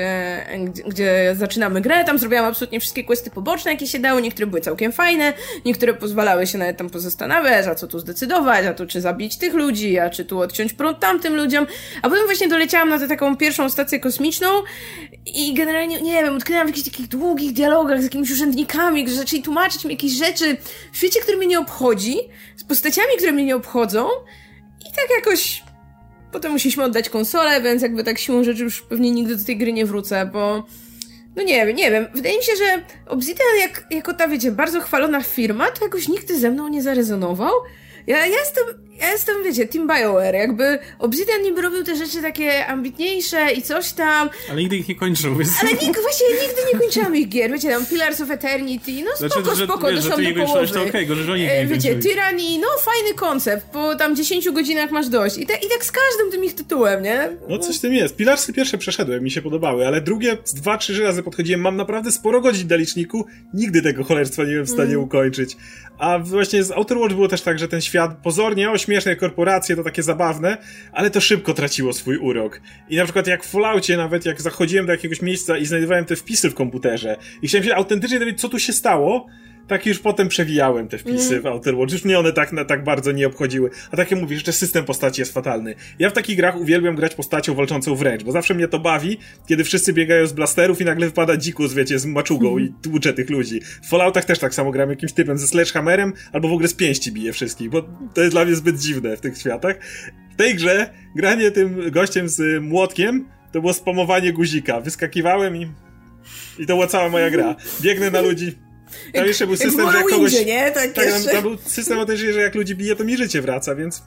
S3: gdzie zaczynamy grę, tam zrobiłam absolutnie wszystkie questy poboczne, jakie się dało, niektóre były całkiem fajne, niektóre pozwalały się nawet tam pozastanawiać, a co tu zdecydować, a tu czy zabić tych ludzi, a czy tu odciąć prąd tamtym ludziom, a potem właśnie doleciałam na tę taką pierwszą stację kosmiczną i generalnie, nie wiem, utknęłam w jakichś takich długich dialogach z jakimiś urzędnikami, którzy zaczęli tłumaczyć mi jakieś rzeczy w świecie, który mnie nie obchodzi, z postaciami, które mnie nie obchodzą i tak jakoś... Potem musieliśmy oddać konsolę, więc jakby tak siłą rzeczy już pewnie nigdy do tej gry nie wrócę, bo... No nie wiem. Wydaje mi się, że Obsidian jako ta, wiecie, bardzo chwalona firma, to jakoś nigdy ze mną nie zarezonował. Ja jestem, wiecie, Team BioWare, jakby Obsidian niby robił te rzeczy takie ambitniejsze i coś tam.
S1: Ale nigdy ich nie kończył.
S3: Ale właśnie nigdy nie kończyłam ich gier, wiecie, tam Pillars of Eternity, no spoko,
S1: wiesz,
S3: doszłam do połowy.
S1: To okej, gorzej, że oni nie
S3: wiecie, Tyranny, no fajny koncept, po tam 10 godzinach masz dość. I tak z każdym tym ich tytułem, nie?
S2: No coś w tym jest. Pillarsy pierwsze przeszedłem, mi się podobały, ale drugie 2-3 razy podchodziłem, mam naprawdę sporo godzin na liczniku, nigdy tego cholerstwa nie byłem w stanie ukończyć. A właśnie z Outer Worlds było też tak, że ten świat pozornie, śmieszne korporacje, to takie zabawne, ale to szybko traciło swój urok. I na przykład jak w Falloutie nawet, jak zachodziłem do jakiegoś miejsca i znajdowałem te wpisy w komputerze i chciałem się autentycznie dowiedzieć, co tu się stało, tak już potem przewijałem te wpisy w Outer Worlds. Już mnie one tak bardzo nie obchodziły. A tak jak mówisz, jeszcze system postaci jest fatalny. Ja w takich grach uwielbiam grać postacią walczącą wręcz, bo zawsze mnie to bawi, kiedy wszyscy biegają z blasterów i nagle wypada dzikus, wiecie, z maczugą i tłucze tych ludzi. W Falloutach też tak samo gram jakimś typem ze sledgehammerem, albo w ogóle z pięści bije wszystkich, bo to jest dla mnie zbyt dziwne w tych światach. W tej grze granie tym gościem z młotkiem to było spamowanie guzika. Wyskakiwałem i to była cała moja gra. Biegnę na ludzi. Tam jeszcze był system, że jak kogoś...
S3: nie? Tak
S2: tam był system o tym, że jak ludzi bije, to mi życie wraca, więc...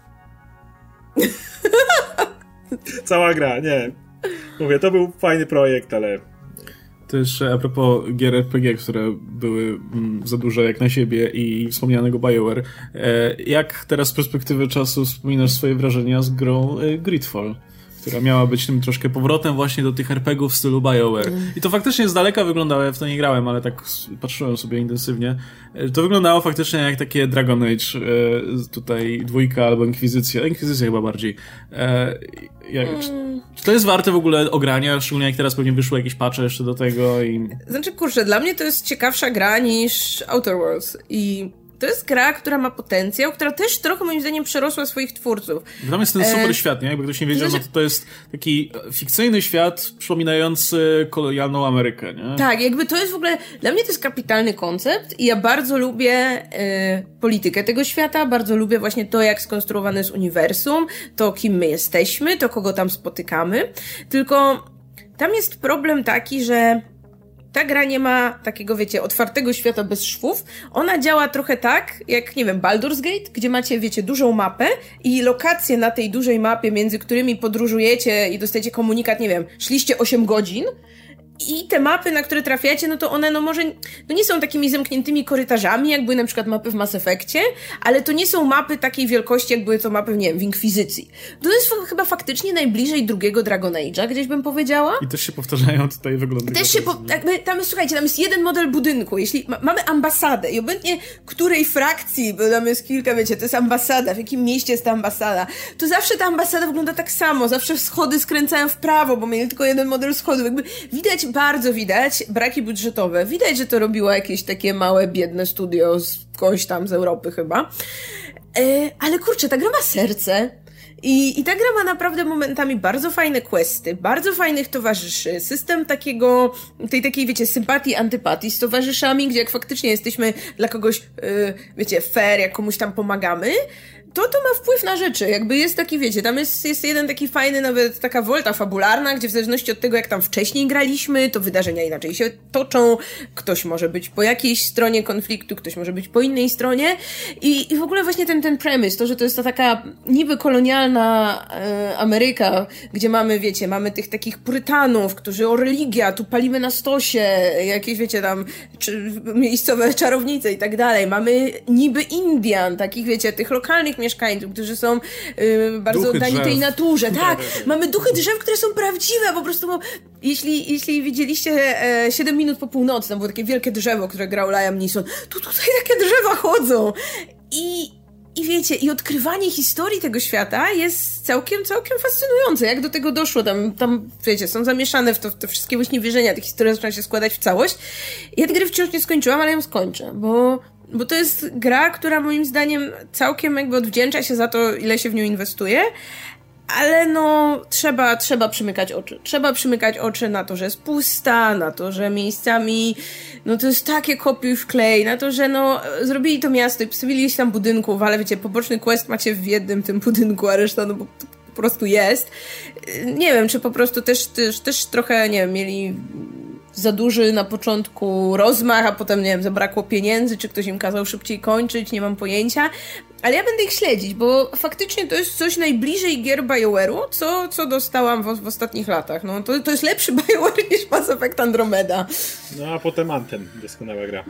S2: Cała gra, nie. Mówię, to był fajny projekt, ale...
S1: To jeszcze a propos gier RPG, które były za duże jak na siebie i wspomnianego BioWare. Jak teraz z perspektywy czasu wspominasz swoje wrażenia z grą Gridfall, która miała być tym troszkę powrotem właśnie do tych RPGów w stylu BioWare. I to faktycznie z daleka wyglądało, ja w to nie grałem, ale tak patrzyłem sobie intensywnie. To wyglądało faktycznie jak takie Dragon Age, tutaj 2 albo Inkwizycja. Inkwizycja chyba bardziej. Czy to jest warte w ogóle ogrania, szczególnie jak teraz pewnie wyszły jakieś patche jeszcze do tego i...
S3: Znaczy, kurczę, dla mnie to jest ciekawsza gra niż Outer Worlds i to jest gra, która ma potencjał, która też trochę moim zdaniem przerosła swoich twórców.
S1: Tam jest ten super świat, nie? Jakby ktoś nie wiedział, no to jest taki fikcyjny świat przypominający kolonialną Amerykę, nie?
S3: Tak, jakby to jest w ogóle, dla mnie to jest kapitalny koncept i ja bardzo lubię politykę tego świata, bardzo lubię właśnie to, jak skonstruowane jest uniwersum, to kim my jesteśmy, to kogo tam spotykamy, tylko tam jest problem taki, że ta gra nie ma takiego, wiecie, otwartego świata bez szwów. Ona działa trochę tak, jak, nie wiem, Baldur's Gate, gdzie macie, wiecie, dużą mapę i lokacje na tej dużej mapie, między którymi podróżujecie i dostajecie komunikat, nie wiem, szliście 8 godzin i te mapy, na które trafiacie, no to one, no może, no nie są takimi zamkniętymi korytarzami, jak były na przykład mapy w Mass Effectie, ale to nie są mapy takiej wielkości, jak były to mapy, nie wiem, w Inkwizycji. To jest chyba faktycznie najbliżej drugiego Dragon Age'a, gdzieś bym powiedziała.
S1: I też się powtarzają tutaj wyglądy.
S3: Tam jest, słuchajcie, tam jest jeden model budynku. Jeśli mamy ambasadę i obojętnie której frakcji, bo tam jest kilka, wiecie, to jest ambasada, w jakim mieście jest ta ambasada, to zawsze ta ambasada wygląda tak samo, zawsze schody skręcają w prawo, bo mieli tylko jeden model schodów. Jakby bardzo widać braki budżetowe. Widać, że to robiło jakieś takie małe, biedne studio z kogoś tam z Europy chyba. Ale kurczę, ta gra ma serce. I ta gra ma naprawdę momentami bardzo fajne questy, bardzo fajnych towarzyszy, system tej takiej, wiecie, sympatii, antypatii z towarzyszami, gdzie jak faktycznie jesteśmy dla kogoś, wiecie, fair, jak komuś tam pomagamy, to ma wpływ na rzeczy. Jakby jest taki, wiecie, tam jest jeden taki fajny, nawet taka wolta fabularna, gdzie w zależności od tego, jak tam wcześniej graliśmy, to wydarzenia inaczej się toczą. Ktoś może być po jakiejś stronie konfliktu, ktoś może być po innej stronie. I w ogóle właśnie ten premise, to, że to jest ta taka niby kolonialna Ameryka, gdzie mamy, wiecie, mamy tych takich purytanów, którzy o religia, tu palimy na stosie, jakieś, wiecie, tam miejscowe czarownice i tak dalej. Mamy niby Indian, takich, wiecie, tych lokalnych mieszkańców, którzy są bardzo oddani tej naturze. Tak, mamy duchy drzew, które są prawdziwe, po prostu, bo jeśli widzieliście 7 minut po północy, tam było takie wielkie drzewo, które grał Liam Neeson, to tutaj takie drzewa chodzą. I wiecie, i odkrywanie historii tego świata jest całkiem fascynujące. Jak do tego doszło? Tam wiecie, są zamieszane w te wszystkie właśnie wierzenia, te historie zaczynają się składać w całość. Ja tej gry wciąż nie skończyłam, ale ją skończę, bo to jest gra, która moim zdaniem całkiem jakby odwdzięcza się za to, ile się w nią inwestuje, ale no trzeba przymykać oczy. Trzeba przymykać oczy na to, że jest pusta, na to, że miejscami no to jest takie kopiuj w klej, na to, że no zrobili to miasto i postawili ileś tam budynków, ale wiecie, poboczny quest macie w jednym tym budynku, a reszta no po prostu jest. Nie wiem, czy po prostu też trochę, nie wiem, mieli za duży na początku rozmach, a potem, nie wiem, zabrakło pieniędzy, czy ktoś im kazał szybciej kończyć, nie mam pojęcia. Ale ja będę ich śledzić, bo faktycznie to jest coś najbliżej gier BioWare'u, co dostałam w ostatnich latach. No, to jest lepszy BioWare niż Mass Effect Andromeda.
S2: No a potem Anthem, doskonała gra.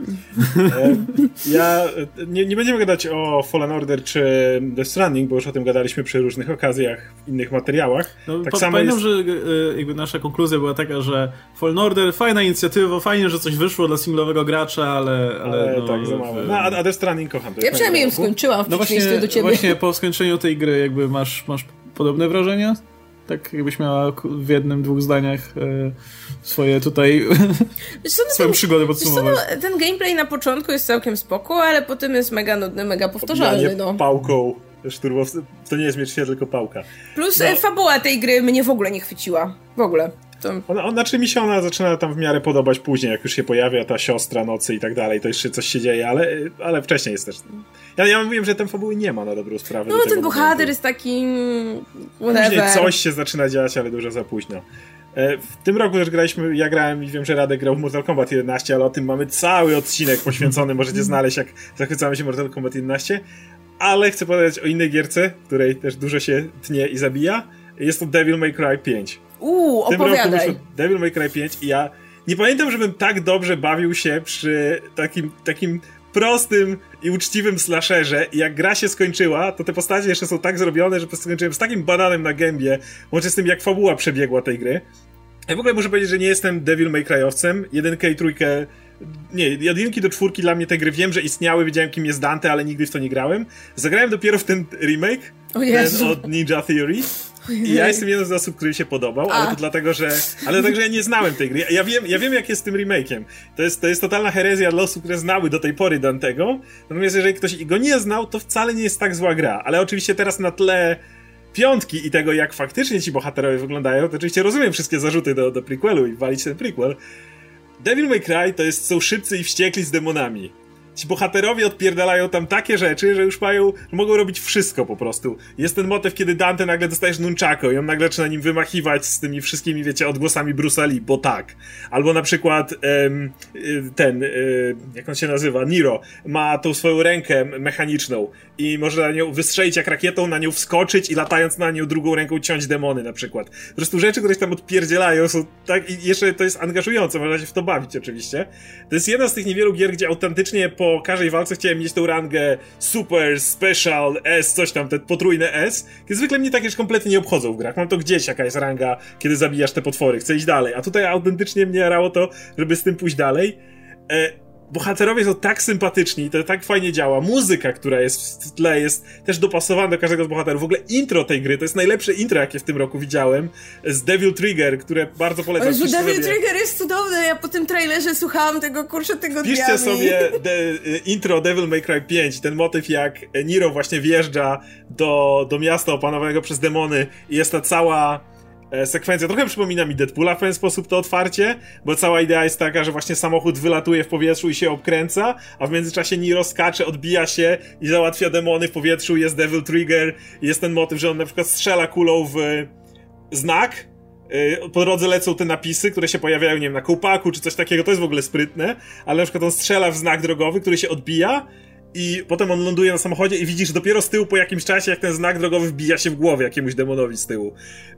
S2: Ja nie będziemy gadać o Fallen Order czy Death Stranding, bo już o tym gadaliśmy przy różnych okazjach w innych materiałach.
S1: No,
S2: tak samo
S1: pamiętam, że jakby nasza konkluzja była taka, że Fallen Order fajna inicjatywa, fajnie, że coś wyszło dla singlowego gracza, ale no,
S2: tak, za mało. No, a Death Stranding kocham.
S3: Ja przynajmniej ją skończyłam w przeciwieństwie do ciebie.
S1: Właśnie po skończeniu tej gry jakby masz podobne wrażenia? Tak jakbyś miała w jednym, 2 zdaniach swoje tutaj swoją przygodę podsumować.
S3: Ten gameplay na początku jest całkiem spoko, ale potem jest mega nudny, mega powtarzalny. No.
S2: Pałką. To nie jest miecz świetlny, tylko pałka.
S3: Plus fabuła tej gry mnie w ogóle nie chwyciła. W ogóle.
S2: Znaczy mi się ona zaczyna tam w miarę podobać później, jak już się pojawia ta siostra nocy i tak dalej, to jeszcze coś się dzieje, ale wcześniej jest też... Ja mówiłem, że ten fabuły nie ma na dobrą sprawę.
S3: No ten bohater jest taki... whatever.
S2: Później coś się zaczyna dziać, ale dużo za późno. W tym roku też ja grałem i wiem, że Radek grał w Mortal Kombat 11, ale o tym mamy cały odcinek poświęcony, możecie znaleźć, jak zachwycamy się Mortal Kombat 11, ale chcę powiedzieć o innej gierce, której też dużo się tnie i zabija. Jest to Devil May Cry 5.
S3: opowiadaj.
S2: W tym roku wyszło Devil May Cry 5 i ja nie pamiętam, żebym tak dobrze bawił się przy takim prostym i uczciwym slasherze i jak gra się skończyła, to te postacie jeszcze są tak zrobione, że po prostu skończyłem z takim bananem na gębie, łącznie z tym jak fabuła przebiegła tej gry. Ja w ogóle muszę powiedzieć, że nie jestem Devil May Cry'owcem. 1 i 3... Nie, 1 do 4 dla mnie te gry wiem, że istniały, wiedziałem kim jest Dante, ale nigdy w to nie grałem. Zagrałem dopiero w ten remake, ten od Ninja Theory. I ja jestem jeden z osób, który się podobał, ale to dlatego, że ja nie znałem tej gry. Ja wiem jak jest z tym remake'iem. To jest totalna herezja dla osób, które znały do tej pory Dantego. Natomiast jeżeli ktoś go nie znał, to wcale nie jest tak zła gra. Ale oczywiście teraz na tle 5 i tego, jak faktycznie ci bohaterowie wyglądają, to oczywiście rozumiem wszystkie zarzuty do prequelu i walić ten prequel. Devil May Cry są szybcy i wściekli z demonami. Ci bohaterowie odpierdalają tam takie rzeczy, że już mogą robić wszystko po prostu. Jest ten motyw, kiedy Dante nagle dostajesz nunchako i on nagle zaczyna nim wymachiwać z tymi wszystkimi, wiecie, odgłosami Bruce'a Lee, bo tak. Albo na przykład jak on się nazywa, Nero, ma tą swoją rękę mechaniczną i może na nią wystrzelić jak rakietą, na nią wskoczyć i latając na nią drugą ręką ciąć demony na przykład. Po prostu rzeczy, które się tam odpierdzielają są tak, i jeszcze to jest angażujące, można się w to bawić oczywiście. To jest jedna z tych niewielu gier, gdzie autentycznie po każdej walce chciałem mieć tą rangę super, special, S, coś tam, te potrójne S, kiedy zwykle mnie takie już kompletnie nie obchodzą w grach. Mam to gdzieś, jaka jest ranga, kiedy zabijasz te potwory, chcę iść dalej. A tutaj autentycznie mnie jarało to, żeby z tym pójść dalej. Bohaterowie są tak sympatyczni, to tak fajnie działa. Muzyka, która jest w tle, jest też dopasowana do każdego z bohaterów. W ogóle intro tej gry, to jest najlepsze intro, jakie w tym roku widziałem, z Devil Trigger, które bardzo polecam.
S3: Ale Devil Trigger jest cudowne, ja po tym trailerze słuchałam tego dniami.
S2: Piszcie sobie intro Devil May Cry 5, ten motyw jak Nero właśnie wjeżdża do miasta opanowanego przez demony i jest ta cała sekwencja, trochę przypomina mi Deadpoola w pewien sposób to otwarcie, bo cała idea jest taka, że właśnie samochód wylatuje w powietrzu i się obkręca, a w międzyczasie Nero skacze, odbija się i załatwia demony w powietrzu, jest Devil Trigger i jest ten motyw, że on na przykład strzela kulą w znak, po drodze lecą te napisy, które się pojawiają, nie wiem, na kołpaku czy coś takiego, to jest w ogóle sprytne, ale na przykład on strzela w znak drogowy, który się odbija i potem on ląduje na samochodzie i widzisz dopiero z tyłu po jakimś czasie, jak ten znak drogowy wbija się w głowę jakiemuś demonowi z tyłu.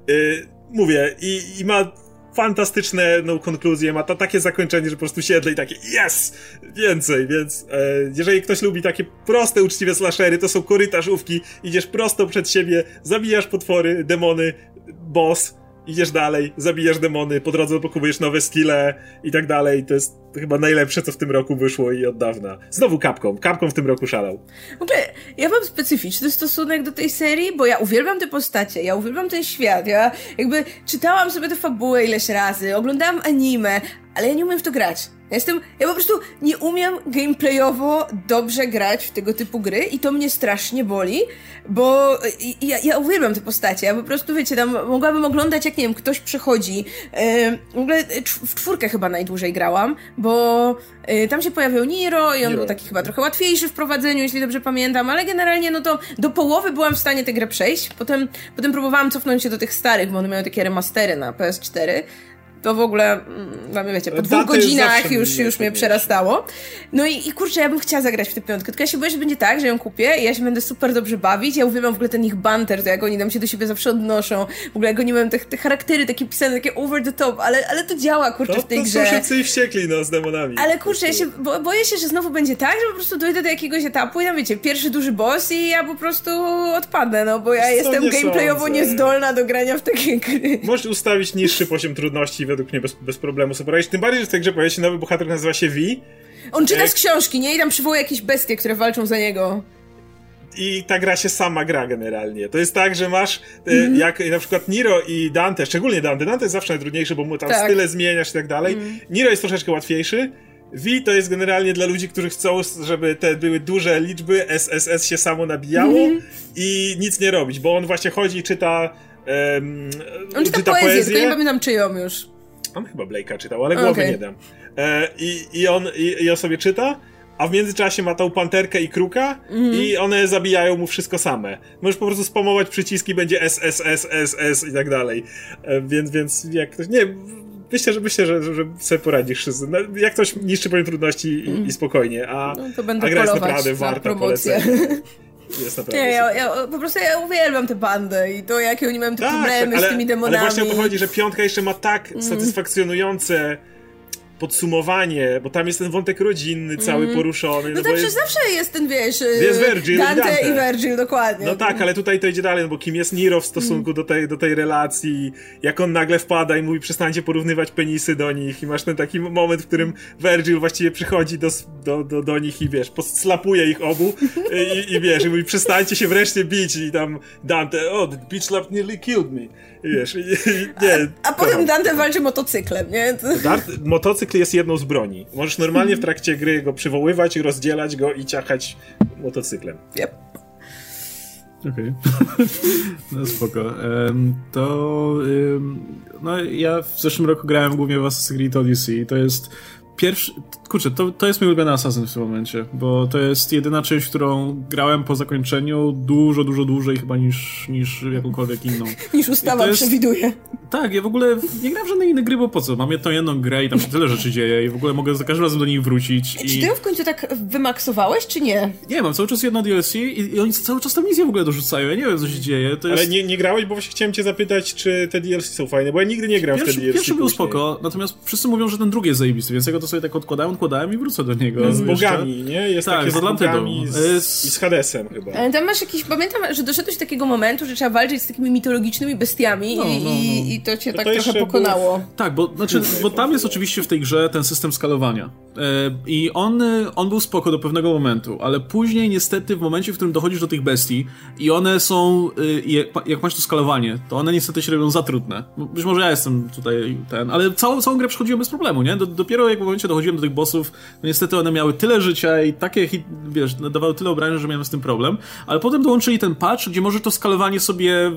S2: Mówię, i ma fantastyczne konkluzje, ma takie zakończenie, że po prostu siedle i takie yes! Więcej, więc jeżeli ktoś lubi takie proste, uczciwe slashery, to są korytarzówki, idziesz prosto przed siebie, zabijasz potwory, demony, boss, idziesz dalej, zabijasz demony, po drodze odblokowujesz nowe skille i tak dalej. To jest chyba najlepsze, co w tym roku wyszło i od dawna. Znowu Capcom w tym roku szalał.
S3: W ogóle ja mam specyficzny stosunek do tej serii, bo ja uwielbiam te postacie, ja uwielbiam ten świat, ja jakby czytałam sobie tę fabułę ileś razy, oglądałam anime, ale ja nie umiem w to grać. Ja po prostu nie umiem gameplayowo dobrze grać w tego typu gry i to mnie strasznie boli, bo ja uwielbiam te postacie, ja po prostu, wiecie, tam mogłabym oglądać, jak, nie wiem, ktoś przechodzi, w ogóle w 4 chyba najdłużej grałam, bo tam się pojawił Nero i on był taki chyba trochę łatwiejszy w prowadzeniu, jeśli dobrze pamiętam, ale generalnie no to do połowy byłam w stanie tę grę przejść, potem próbowałam cofnąć się do tych starych, bo one miały takie remastery na PS4, to w ogóle, wiecie, po 2 godzinach już mnie przerastało. No i kurczę, ja bym chciała zagrać w tę 5, tylko ja się boję, że będzie tak, że ją kupię i ja się będę super dobrze bawić. Ja uwielbiam w ogóle ten ich banter, to jak oni tam się do siebie zawsze odnoszą. W ogóle jak oni mają te charaktery takie pisane, takie over the top, ale to działa, kurczę, w tej grze.
S2: To są szybcy i wściekli, z demonami.
S3: Ale kurczę, ja się boję się, że znowu będzie tak, że po prostu dojdę do jakiegoś etapu i tam, wiecie, pierwszy duży boss i ja po prostu odpadnę, bo ja jestem gameplayowo niezdolna do grania w takie gry.
S2: Możesz ustawić niższy poziom trudności, według mnie bez problemu sobie poradzić. Tym bardziej, że w tej grze pojawia się nowy bohater, nazywa się V.
S3: On czyta z książki, nie? I tam przywołuje jakieś bestie, które walczą za niego.
S2: I ta gra się sama gra generalnie. To jest tak, że masz jak na przykład Nero i Dante, szczególnie Dante jest zawsze najtrudniejszy, bo mu tam style zmieniasz i tak dalej. Nero jest troszeczkę łatwiejszy. V to jest generalnie dla ludzi, którzy chcą, żeby te były duże liczby, SSS się samo nabijało i nic nie robić, bo on właśnie chodzi i czyta
S3: on czyta poezję, tylko nie pamiętam czyją już.
S2: On chyba Blake'a czytał, ale głowy nie dam. I on sobie czyta, a w międzyczasie ma tą panterkę i kruka i one zabijają mu wszystko same. Możesz po prostu spamować przyciski, będzie SS i tak dalej. Więc jak ktoś... Nie, myślę, że sobie poradzisz. Jak ktoś niższy poziom trudności i spokojnie, a gra jest naprawdę warta polecenia.
S3: Ja po prostu uwielbiam tę bandę i to, jakie oni mają te problemy z tymi demonami.
S2: Ale właśnie o to chodzi, że 5 jeszcze ma tak satysfakcjonujące podsumowanie, bo tam jest ten wątek rodzinny cały poruszony.
S3: No tak, że zawsze jest ten, wiesz,
S2: jest Virgil
S3: Dante i Virgil, dokładnie.
S2: No tak, ale tutaj to idzie dalej, no bo kim jest Nero w stosunku do tej relacji, jak on nagle wpada i mówi, przestańcie porównywać penisy do nich i masz ten taki moment, w którym Virgil właściwie przychodzi do nich i wiesz, slapuje ich obu i wiesz, i mówi, przestańcie się wreszcie bić i tam Dante, the bitch slap nearly killed me. I wiesz,
S3: a potem Dante walczy motocyklem, nie?
S2: Motocykl jest jedną z broni. Możesz normalnie w trakcie gry go przywoływać, rozdzielać go i ciachać motocyklem.
S3: Yep.
S1: Okej. No spoko. No ja w zeszłym roku grałem głównie w Assassin's Creed Odyssey i to jest pierwszy... Kurczę, to jest mój ulubiony Assassin w tym momencie, bo to jest jedyna część, którą grałem po zakończeniu dużo dłużej chyba niż jakąkolwiek inną.
S3: Niż ustawa przewiduje.
S1: Tak, ja w ogóle nie gram w żadnej innej gry, bo po co? Mam jedną grę i tam się tyle rzeczy dzieje i w ogóle mogę za każdym razem do niej wrócić.
S3: Czy ty ją w końcu tak wymaksowałeś, czy nie?
S1: Nie, mam cały czas jedno DLC i oni cały czas tam misję w ogóle dorzucają, ja nie wiem, co się dzieje. To jest...
S2: Ale nie grałeś, bo właśnie chciałem cię zapytać, czy te DLC są fajne, bo ja nigdy nie gram w te DLC.
S1: Pierwszy był spoko, natomiast wszyscy mówią, że ten drugi jest zajebisty, więc ja go to sobie tak odkładałem i wrócę do niego.
S2: Z bogami, nie? Jest
S1: tak,
S2: takie
S1: z Atlantydą.
S2: I z Hadesem chyba.
S3: Ale tam masz jakiś, pamiętam, że doszedłeś do takiego momentu, że trzeba walczyć z takimi mitologicznymi bestiami i to cię tak trochę pokonało.
S1: Tak, bo tam jest oczywiście w tej grze ten system skalowania. I on był spoko do pewnego momentu, ale później niestety w momencie, w którym dochodzisz do tych bestii i one są, jak masz to skalowanie, to one niestety się robią za trudne. Być może ja jestem tutaj ale całą grę przechodziłem bez problemu, nie? Dopiero jak w momencie dochodziłem do tych bossów, no niestety one miały tyle życia i takie, wiesz, dawały tyle obrażeń, że miałem z tym problem, ale potem dołączyli ten patch, gdzie może to skalowanie sobie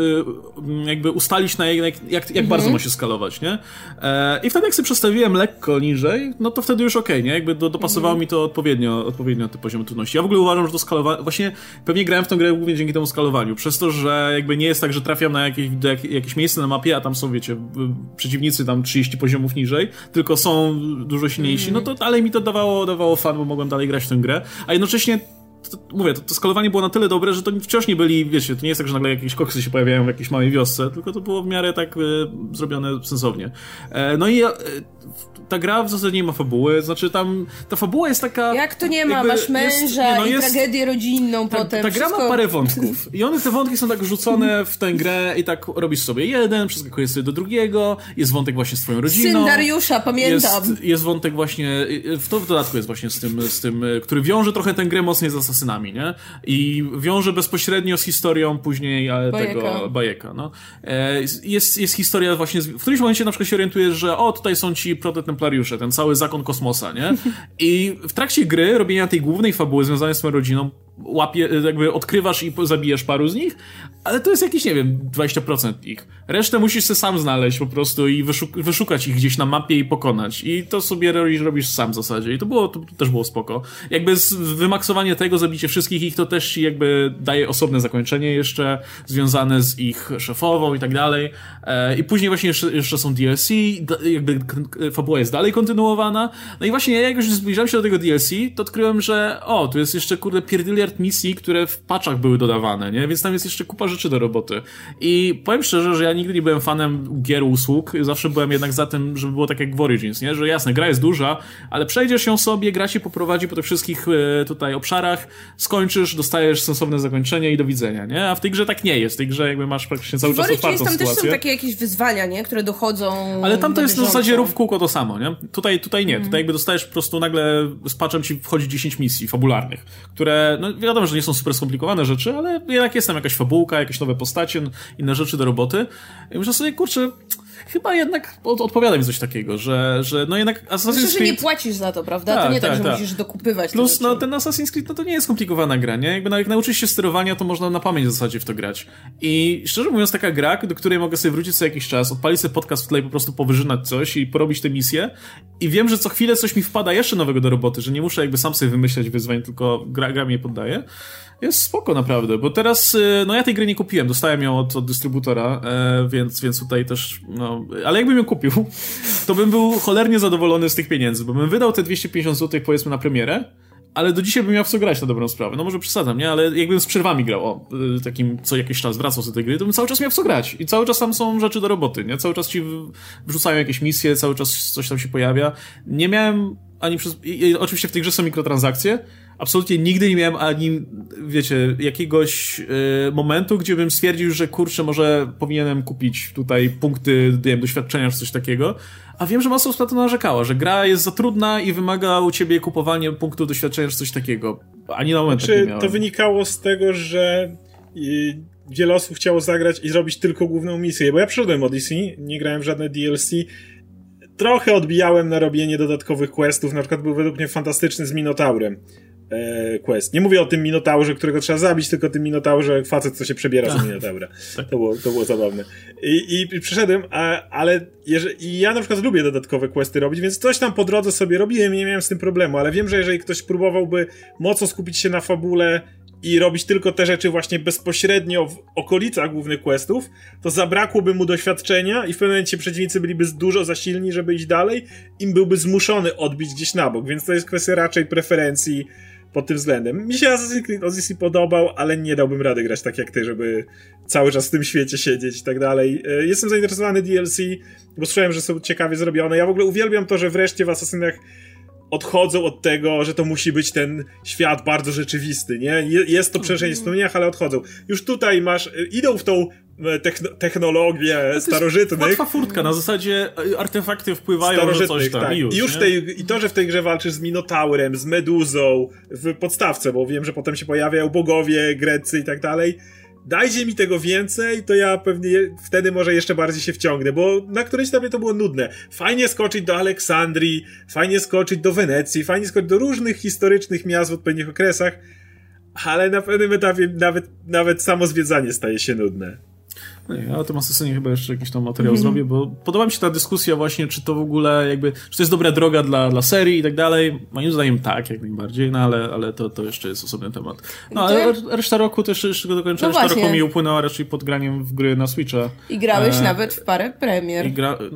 S1: jakby ustalić na jak bardzo ma się skalować, nie? I wtedy jak sobie przestawiłem lekko niżej, no to wtedy już okej, nie? Jakby dopasowało mi to odpowiednio te poziomy trudności. Ja w ogóle uważam, że to skalowanie, właśnie pewnie grałem w tę grę głównie dzięki temu skalowaniu, przez to, że jakby nie jest tak, że trafiam na jakieś miejsce na mapie, a tam są, wiecie, przeciwnicy tam 30 poziomów niżej, tylko są dużo silniejsi, no to dalej mi to dawało fan, bo mogłem dalej grać w tę grę, a jednocześnie to skalowanie było na tyle dobre, że to wciąż nie byli, wiecie, to nie jest tak, że nagle jakieś koksy się pojawiają w jakiejś małej wiosce, tylko to było w miarę tak zrobione sensownie. No i ta gra w zasadzie nie ma fabuły, znaczy tam ta fabuła jest taka...
S3: Jak to nie ma? Masz męża i tragedię rodzinną potem.
S1: Ta gra ma parę wątków i te wątki są tak rzucone w tę grę i tak robisz sobie jeden, przeskakujesz sobie do drugiego, jest wątek właśnie z twoją rodziną.
S3: Syn Dariusza, pamiętam.
S1: Jest wątek właśnie, w dodatku jest właśnie z tym, który wiąże trochę tę grę mocniej z Asasynami, nie? I wiąże bezpośrednio z historią później tego Bajeka, no. Jest historia właśnie, w którymś momencie na przykład się orientujesz, że tutaj są ci prototemplariusze, ten cały zakon kosmosa, nie? I w trakcie gry, robienia tej głównej fabuły związanej z swoją rodziną, jakby odkrywasz i zabijasz paru z nich, ale to jest jakieś, nie wiem, 20% ich. Resztę musisz sobie sam znaleźć po prostu i wyszukać ich gdzieś na mapie i pokonać. I to sobie robisz sam w zasadzie. I to też było spoko. Jakby wymaksowanie tego, zabicie wszystkich ich, to też ci jakby daje osobne zakończenie jeszcze, związane z ich szefową i tak dalej. I później właśnie jeszcze są DLC, jakby fabuła jest dalej kontynuowana. No i właśnie jak już zbliżałem się do tego DLC, to odkryłem, że tu jest jeszcze, pierdyliard misji, które w patchach były dodawane, nie? Więc tam jest jeszcze kupa rzeczy do roboty. I powiem szczerze, że ja nigdy nie byłem fanem gier usług, zawsze byłem jednak za tym, żeby było tak jak w Origins, nie? Że jasne, gra jest duża, ale przejdziesz ją sobie, gra się poprowadzi po tych wszystkich tutaj obszarach, skończysz, dostajesz sensowne zakończenie i do widzenia, nie? A w tej grze tak nie jest. W tej grze jakby masz praktycznie cały czas otwartą sytuację.
S3: Tam też są takie jakieś wyzwania, nie? Które dochodzą.
S1: Ale tam to jest na zasadzie rób w kółko to samo, nie? Tutaj nie. Tutaj jakby dostajesz po prostu nagle z patchem ci wchodzi 10 misji fabularnych, które, no wiadomo, że nie są super skomplikowane rzeczy, ale jednak jest tam jakaś fabułka, jakieś nowe postacie, inne rzeczy do roboty. I myślę sobie, kurczę, chyba jednak odpowiada mi coś takiego, że no jednak Assassin's Creed...
S3: Myślę, że nie płacisz za to, prawda? To nie tak, że musisz dokupywać.
S1: Plus, no ten Assassin's Creed, no to nie jest skomplikowana gra, nie? Jakby jak nauczysz się sterowania, to można na pamięć w zasadzie w to grać. I szczerze mówiąc, taka gra, do której mogę sobie wrócić co jakiś czas, odpalić sobie podcast w tle i po prostu powyżynać coś i porobić tę misję i wiem, że co chwilę coś mi wpada jeszcze nowego do roboty, że nie muszę jakby sam sobie wymyślać wyzwań, tylko gra mi je poddaje. Jest spoko naprawdę, bo teraz, no ja tej gry nie kupiłem, dostałem ją od dystrybutora, więc tutaj też, no, ale jakbym ją kupił, to bym był cholernie zadowolony z tych pieniędzy, bo bym wydał te 250 zł powiedzmy na premierę ale do dzisiaj bym miał w co grać na dobrą sprawę. No może przesadzam, nie? Ale jakbym z przerwami grał, takim co jakiś czas wracał do tej gry, to bym cały czas miał w co grać. I cały czas tam są rzeczy do roboty, nie? Cały czas ci wrzucają jakieś misje, cały czas coś tam się pojawia. Nie miałem ani przez... oczywiście w tej grze są mikrotransakcje. Absolutnie nigdy nie miałem ani, wiecie, jakiegoś momentu, gdzie bym stwierdził, że kurczę, może powinienem kupić tutaj punkty, nie wiem, doświadczenia czy coś takiego. A wiem, że masa osób na to narzekała, że gra jest za trudna i wymaga u ciebie kupowania punktów doświadczenia czy coś takiego. Ani na moment tak nie miałem.
S2: To wynikało z tego, że wiele osób chciało zagrać i zrobić tylko główną misję, bo ja przeszedłem Odyssey, nie grałem w żadne DLC. Trochę odbijałem na robienie dodatkowych questów, na przykład był według mnie fantastyczny z Minotaurem quest. Nie mówię o tym Minotaurze, którego trzeba zabić, tylko o tym Minotaurze facet, co się przebiera z Minotaura. Tak. To było zabawne. I przeszedłem, ale ja na przykład lubię dodatkowe questy robić, więc coś tam po drodze sobie robiłem i nie miałem z tym problemu, ale wiem, że jeżeli ktoś próbowałby mocno skupić się na fabule i robić tylko te rzeczy właśnie bezpośrednio w okolicach głównych questów, to zabrakłoby mu doświadczenia i w pewnym momencie przeciwnicy byliby dużo za silni, żeby iść dalej, im byłby zmuszony odbić gdzieś na bok, więc to jest kwestia raczej preferencji pod tym względem. Mi się Assassin's Creed Odyssey podobał, ale nie dałbym rady grać tak jak ty, żeby cały czas w tym świecie siedzieć i tak dalej. Jestem zainteresowany DLC, bo słyszałem, że są ciekawie zrobione. Ja w ogóle uwielbiam to, że wreszcie w Assassinach odchodzą od tego, że to musi być ten świat bardzo rzeczywisty, nie? Jest to przestrzeń w wspomnieniach, ale odchodzą. Już tutaj idą w tą technologię starożytnych.
S1: Łatwa furtka, na zasadzie artefakty wpływają na coś tam.
S2: Tak. I to, że w tej grze walczysz z Minotaurem, z Meduzą, w podstawce, bo wiem, że potem się pojawiają bogowie, Grecy i tak dalej. Dajcie mi tego więcej, to ja pewnie wtedy może jeszcze bardziej się wciągnę, bo na którejś etapie to było nudne. Fajnie skoczyć do Aleksandrii, fajnie skoczyć do Wenecji, fajnie skoczyć do różnych historycznych miast w odpowiednich okresach, ale na pewnym etapie nawet samo zwiedzanie staje się nudne.
S1: No ja o tym Assassinie chyba jeszcze jakiś tam materiał zrobię, bo podoba mi się ta dyskusja właśnie, czy to w ogóle jakby, czy to jest dobra droga dla serii i tak dalej. Moim zdaniem tak, jak najbardziej, no ale to jeszcze jest osobny temat. No ale reszta roku też jeszcze go dokończę. Reszta roku mi upłynęła raczej pod graniem w gry na Switcha.
S3: I grałeś nawet w parę premier.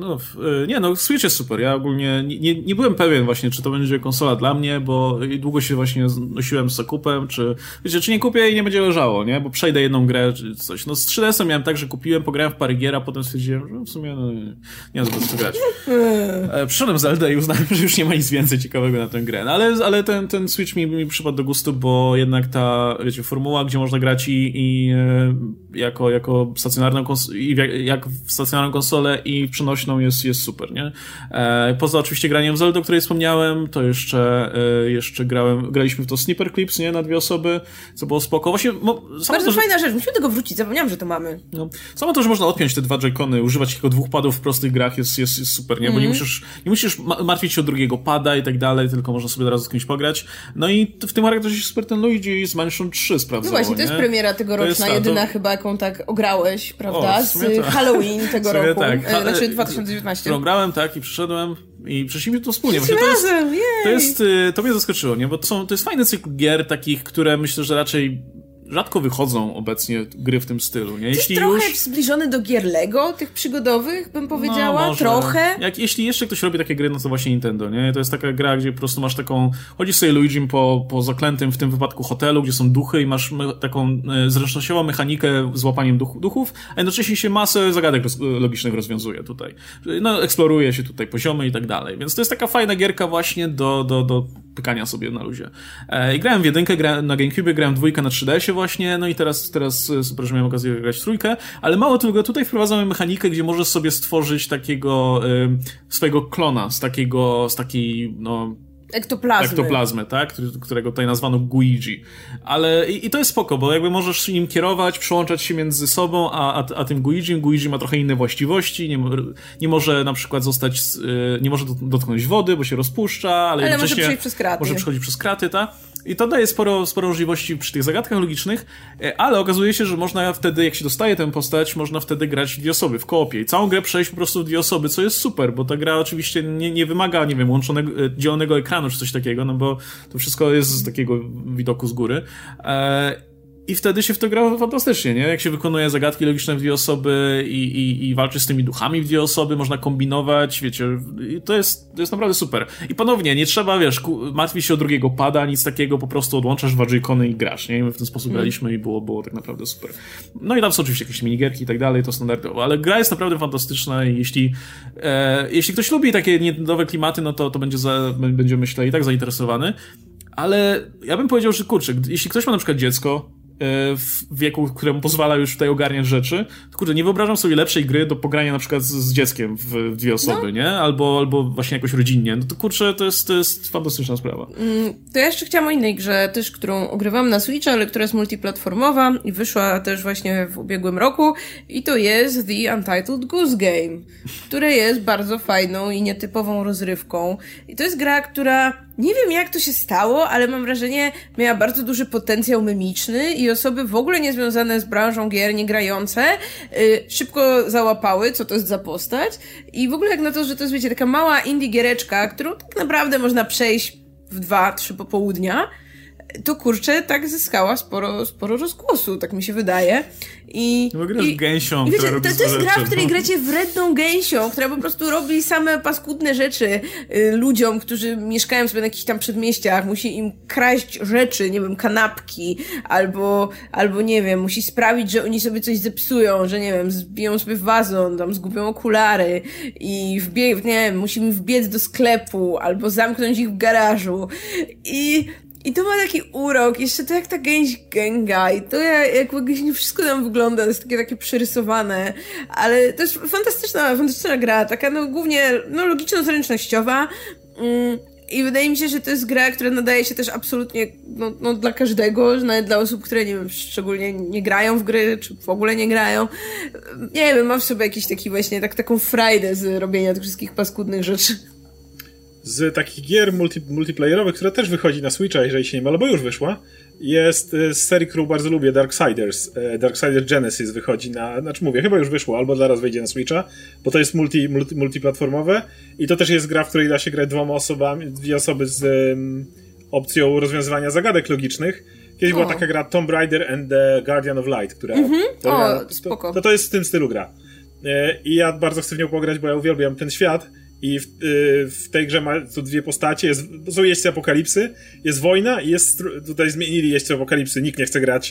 S1: Switch jest super. Ja ogólnie nie byłem pewien właśnie, czy to będzie konsola dla mnie, bo długo się właśnie nosiłem z zakupem, czy nie kupię i nie będzie leżało, nie? Bo przejdę jedną grę, czy coś. No z 3DS-em miałem tak, że kupiłem, pograłem w parę gier, a potem stwierdziłem, że w sumie nie mam co grać. Przyszedłem Zeldę i uznałem, że już nie ma nic więcej ciekawego na tę grę. No, ale ten Switch mi przypadł do gustu, bo jednak ta, wiecie, formuła, gdzie można grać i jako stacjonarną jak w stacjonarną konsolę i przenośną jest super, nie? Poza oczywiście graniem w Zeldę, o której wspomniałem, to jeszcze graliśmy w to Sniper Clips, nie? Na 2 osoby, co było spoko. Właśnie,
S3: bardzo fajna rzecz, musimy tego wrócić, zapomniałem, że to mamy.
S1: No. Samo to, że można odpiąć te 2 joycony, używać tylko 2 padów w prostych grach jest super, nie? Bo nie musisz martwić się o drugiego pada i tak dalej, tylko można sobie od razu z kimś pograć. No i w tym charakterze się super ten Luigi z Mansion 3 sprawdzało,
S3: no właśnie, to jest premiera tegoroczna, jedyna chyba, jaką tak ograłeś, prawda? Z Halloween tego roku,
S1: tak.
S3: Znaczy 2019.
S1: Którą grałem, tak, i przyszedłem i przeszliśmy to wspólnie. To mnie zaskoczyło, nie? Bo to jest fajny cykl gier takich, które myślę, że raczej rzadko wychodzą obecnie gry w tym stylu, nie?
S3: Jeśli trochę zbliżony do gier Lego, tych przygodowych, bym powiedziała,
S1: może.
S3: Trochę.
S1: Jeśli jeszcze ktoś robi takie gry, no to właśnie Nintendo, nie? To jest taka gra, gdzie po prostu masz chodzisz sobie Luigim po zaklętym, w tym wypadku hotelu, gdzie są duchy i masz taką zręcznościową mechanikę z łapaniem duchów, a jednocześnie się masę zagadek logicznych rozwiązuje tutaj. No, eksploruje się tutaj poziomy i tak dalej, więc to jest taka fajna gierka właśnie do pykania sobie na luzie. I grałem w 1, grałem na GameCube, grałem w 2 na 3DS-ie właśnie, no i teraz super, że miałem okazję grać w 3, ale mało tego, tutaj wprowadzamy mechanikę, gdzie możesz sobie stworzyć takiego swojego klona z takiej, no... Ektoplazmy, tak? Którego tutaj nazwano Guigi. Ale i to jest spoko, bo jakby możesz nim kierować, przyłączać się między sobą, a tym Guigi ma trochę inne właściwości, nie może na przykład nie może dotknąć wody, bo się rozpuszcza, ale
S3: może przejść przez kraty.
S1: Może przechodzić przez kraty, tak? I to daje sporo możliwości przy tych zagadkach logicznych, ale okazuje się, że można wtedy, jak się dostaje tę postać, można wtedy grać w 2 osoby, w koopie. I całą grę przejść po prostu w 2 osoby, co jest super, bo ta gra oczywiście nie wymaga, nie wiem, dzielonego ekranu czy coś takiego, no bo to wszystko jest z takiego widoku z góry. I wtedy się w to gra fantastycznie, nie? Jak się wykonuje zagadki logiczne w dwie osoby i walczy z tymi duchami w dwie osoby, można kombinować, wiecie, to jest naprawdę super. I ponownie, nie trzeba, wiesz, martwić się o drugiego pada, nic takiego, po prostu odłączasz dwa joycony i grasz, nie? I my w ten sposób graliśmy i było tak naprawdę super. No i tam są oczywiście jakieś minigierki i tak dalej, to standardowo, ale gra jest naprawdę fantastyczna i jeśli ktoś lubi takie nowe klimaty, no to będzie, myślę, i tak zainteresowany. Ale ja bym powiedział, że kurczę, jeśli ktoś ma na przykład dziecko w wieku, któremu pozwala już tutaj ogarniać rzeczy, to kurczę, nie wyobrażam sobie lepszej gry do pogrania na przykład z dzieckiem w dwie osoby, nie? Albo właśnie jakoś rodzinnie. No to kurczę, to jest fantastyczna sprawa.
S3: To ja jeszcze chciałam o innej grze też, którą ogrywam na Switcha, ale która jest multiplatformowa i wyszła też właśnie w ubiegłym roku i to jest The Untitled Goose Game, które jest bardzo fajną i nietypową rozrywką. I to jest gra, która nie wiem jak to się stało, ale mam wrażenie, miała bardzo duży potencjał memiczny i osoby w ogóle niezwiązane z branżą gier, nie grające, szybko załapały, co to jest za postać. I w ogóle jak na to, że to jest, wiecie, taka mała indie giereczka, którą tak naprawdę można przejść w 2-3 popołudnia, to kurczę, tak zyskała sporo rozgłosu, tak mi się wydaje.
S1: No grasz gęsią,
S3: i wiecie,
S1: która robi
S3: to jest gra,
S1: rzeczy,
S3: w której gracie wredną gęsią, która po prostu robi same paskudne rzeczy ludziom, którzy mieszkają sobie na jakichś tam przedmieściach, musi im kraść rzeczy, nie wiem, kanapki, albo nie wiem, musi sprawić, że oni sobie coś zepsują, że nie wiem, zbiją sobie wazon, tam zgubią okulary i nie wiem, musi im wbiec do sklepu, albo zamknąć ich w garażu i to ma taki urok, jeszcze to jak ta gęś gęga i to jak nie wszystko tam wygląda, to jest takie przerysowane, ale to jest fantastyczna gra, taka no głównie logiczno-zręcznościowa i wydaje mi się, że to jest gra, która nadaje się też absolutnie no dla każdego, że nawet dla osób, które nie wiem, szczególnie nie grają w gry, czy w ogóle nie grają, nie wiem, ma w sobie jakiś taki właśnie taką frajdę z robienia tych wszystkich paskudnych rzeczy.
S2: Z takich gier multiplayerowych, która też wychodzi na Switcha, jeżeli się nie mylę, bo już wyszła, jest z serii, którą bardzo lubię, Darksiders. Darksiders Genesis wychodzi chyba już wyszło, albo zaraz wyjdzie na Switcha, bo to jest multiplatformowe i to też jest gra, w której da się grać dwie osoby z opcją rozwiązywania zagadek logicznych. Kiedyś była taka gra Tomb Raider and the Guardian of Light, która...
S3: spoko.
S2: To jest w tym stylu gra. I ja bardzo chcę w nią pograć, bo ja uwielbiam ten świat. I w tej grze ma tu dwie postacie, są jeźdźcy apokalipsy, jest wojna i tutaj zmienili jeźdźcy apokalipsy, nikt nie chce grać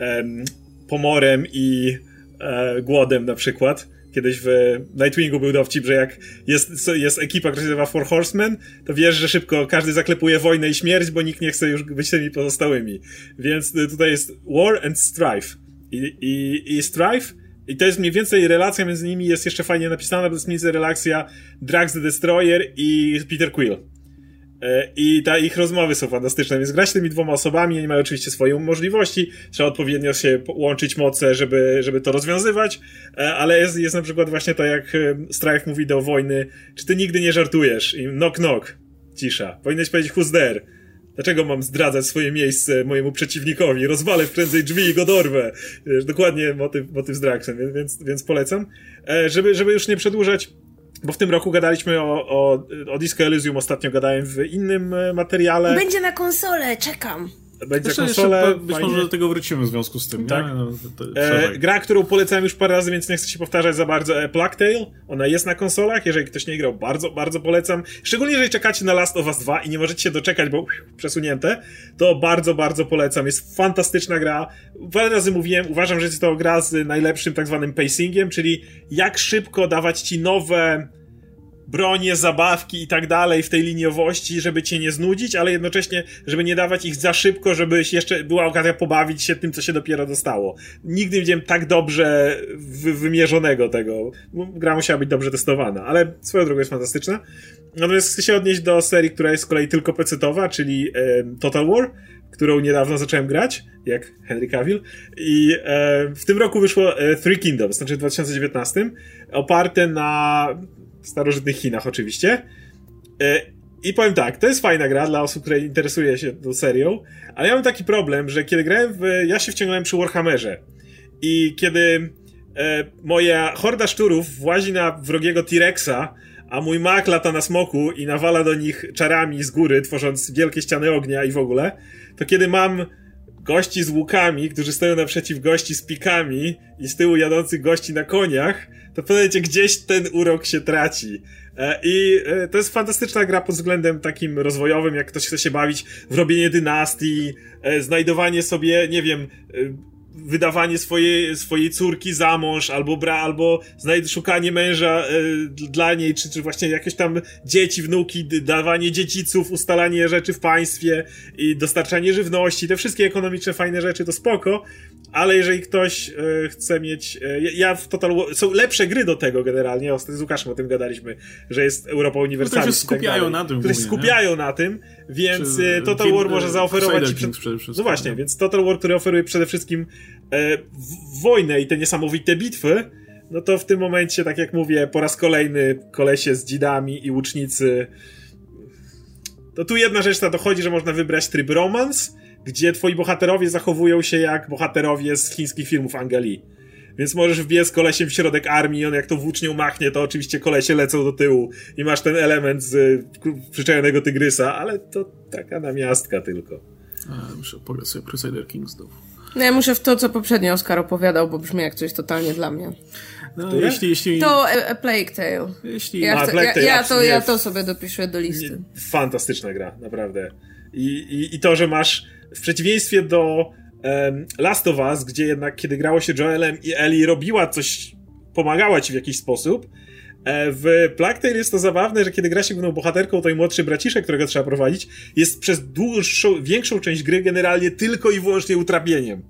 S2: pomorem i głodem na przykład. Kiedyś w Nightwingu był dowcip, że jak jest ekipa, która się nazywa Four Horsemen, to wiesz, że szybko każdy zaklepuje wojnę i śmierć, bo nikt nie chce już być tymi pozostałymi. Więc tutaj jest War and Strife. I Strife, i to jest mniej więcej relacja między nimi jest jeszcze fajnie napisana, bo to jest mniej więcej relacja Drax the Destroyer i Peter Quill. I ich rozmowy są fantastyczne, więc grać tymi dwoma osobami, oni mają oczywiście swoje możliwości, trzeba odpowiednio się łączyć moce, żeby to rozwiązywać, ale jest na przykład właśnie to, jak Strife mówi do wojny, czy ty nigdy nie żartujesz? I knock knock, cisza. Powinieneś powiedzieć who's there? Dlaczego mam zdradzać swoje miejsce mojemu przeciwnikowi? Rozwalę prędzej drzwi i go dorwę. Dokładnie motyw z Draxem, więc polecam. Żeby już nie przedłużać, bo w tym roku gadaliśmy o Disco Elysium, ostatnio gadałem w innym materiale.
S3: Będzie na konsolę, czekam.
S2: Będzie na konsolę.
S1: Być może do tego wrócimy w związku z tym.
S2: Tak. Gra, którą polecałem już parę razy, więc nie chcę się powtarzać za bardzo. Plague Tale. Ona jest na konsolach. Jeżeli ktoś nie grał, bardzo, bardzo polecam. Szczególnie jeżeli czekacie na Last of Us 2 i nie możecie się doczekać, bo przesunięte, to bardzo, bardzo polecam. Jest fantastyczna gra. Parę razy mówiłem, uważam, że jest to gra z najlepszym tak zwanym pacingiem, czyli jak szybko dawać ci nowe bronie, zabawki i tak dalej w tej liniowości, żeby cię nie znudzić, ale jednocześnie, żeby nie dawać ich za szybko, żebyś jeszcze była okazja pobawić się tym, co się dopiero dostało. Nigdy nie widziałem tak dobrze wymierzonego tego. Gra musiała być dobrze testowana, ale swoją drogą jest fantastyczna. Natomiast chcę się odnieść do serii, która jest z kolei tylko pecetowa, czyli Total War, którą niedawno zacząłem grać, jak Henry Cavill. I w tym roku wyszło Three Kingdoms, znaczy w 2019, oparte na starożytnych Chinach oczywiście. I powiem tak, to jest fajna gra dla osób, które interesuje się tą serią, ale ja mam taki problem, że kiedy grałem ja się wciągnąłem przy Warhammerze i kiedy moja horda szczurów włazi na wrogiego T-Rexa, a mój mak lata na smoku i nawala do nich czarami z góry, tworząc wielkie ściany ognia i w ogóle, to kiedy mam gości z łukami, którzy stoją naprzeciw gości z pikami i z tyłu jadących gości na koniach, to w pewnym momencie gdzieś ten urok się traci. I to jest fantastyczna gra pod względem takim rozwojowym, jak ktoś chce się bawić w robienie dynastii, znajdowanie sobie, nie wiem, wydawanie swojej córki za mąż, albo szukanie męża dla niej, czy właśnie jakieś tam dzieci, wnuki, dawanie dziedziców, ustalanie rzeczy w państwie i dostarczanie żywności, te wszystkie ekonomiczne, fajne rzeczy to spoko, ale jeżeli ktoś chce mieć... są lepsze gry do tego generalnie, z Łukaszem o tym gadaliśmy, że jest Europa Universalis,
S1: które się skupiają na tym.
S2: Które się skupiają na tym, więc Total War może zaoferować ci... No właśnie, więc Total War, który oferuje przede wszystkim wojnę i te niesamowite bitwy, no to w tym momencie, tak jak mówię, po raz kolejny kolesie z dzidami i łucznicy. To tu jedna rzecz dochodzi, że można wybrać tryb romance, gdzie twoi bohaterowie zachowują się jak bohaterowie z chińskich filmów Ang Lee. Więc możesz wbiec kolesiem w środek armii, on jak to włócznią machnie, to oczywiście kolesie lecą do tyłu i masz ten element z przyczajonego tygrysa, ale to taka namiastka tylko.
S1: Muszę pograć sobie Crusader Kings znowu.
S3: No ja muszę w to, co poprzednio Oskar opowiadał, bo brzmi jak coś totalnie dla mnie.
S1: No, jeśli...
S3: To A Plague Tale. Ja to sobie dopiszę do listy.
S2: Fantastyczna gra, naprawdę. I to, że masz w przeciwieństwie do Last of Us, gdzie jednak kiedy grało się Joelem i Ellie robiła coś, pomagała ci w jakiś sposób, w Plague Tale jest to zabawne, że kiedy gra się główną bohaterką, to i młodszy braciszek, którego trzeba prowadzić, jest przez większą część gry generalnie tylko i wyłącznie utrapieniem.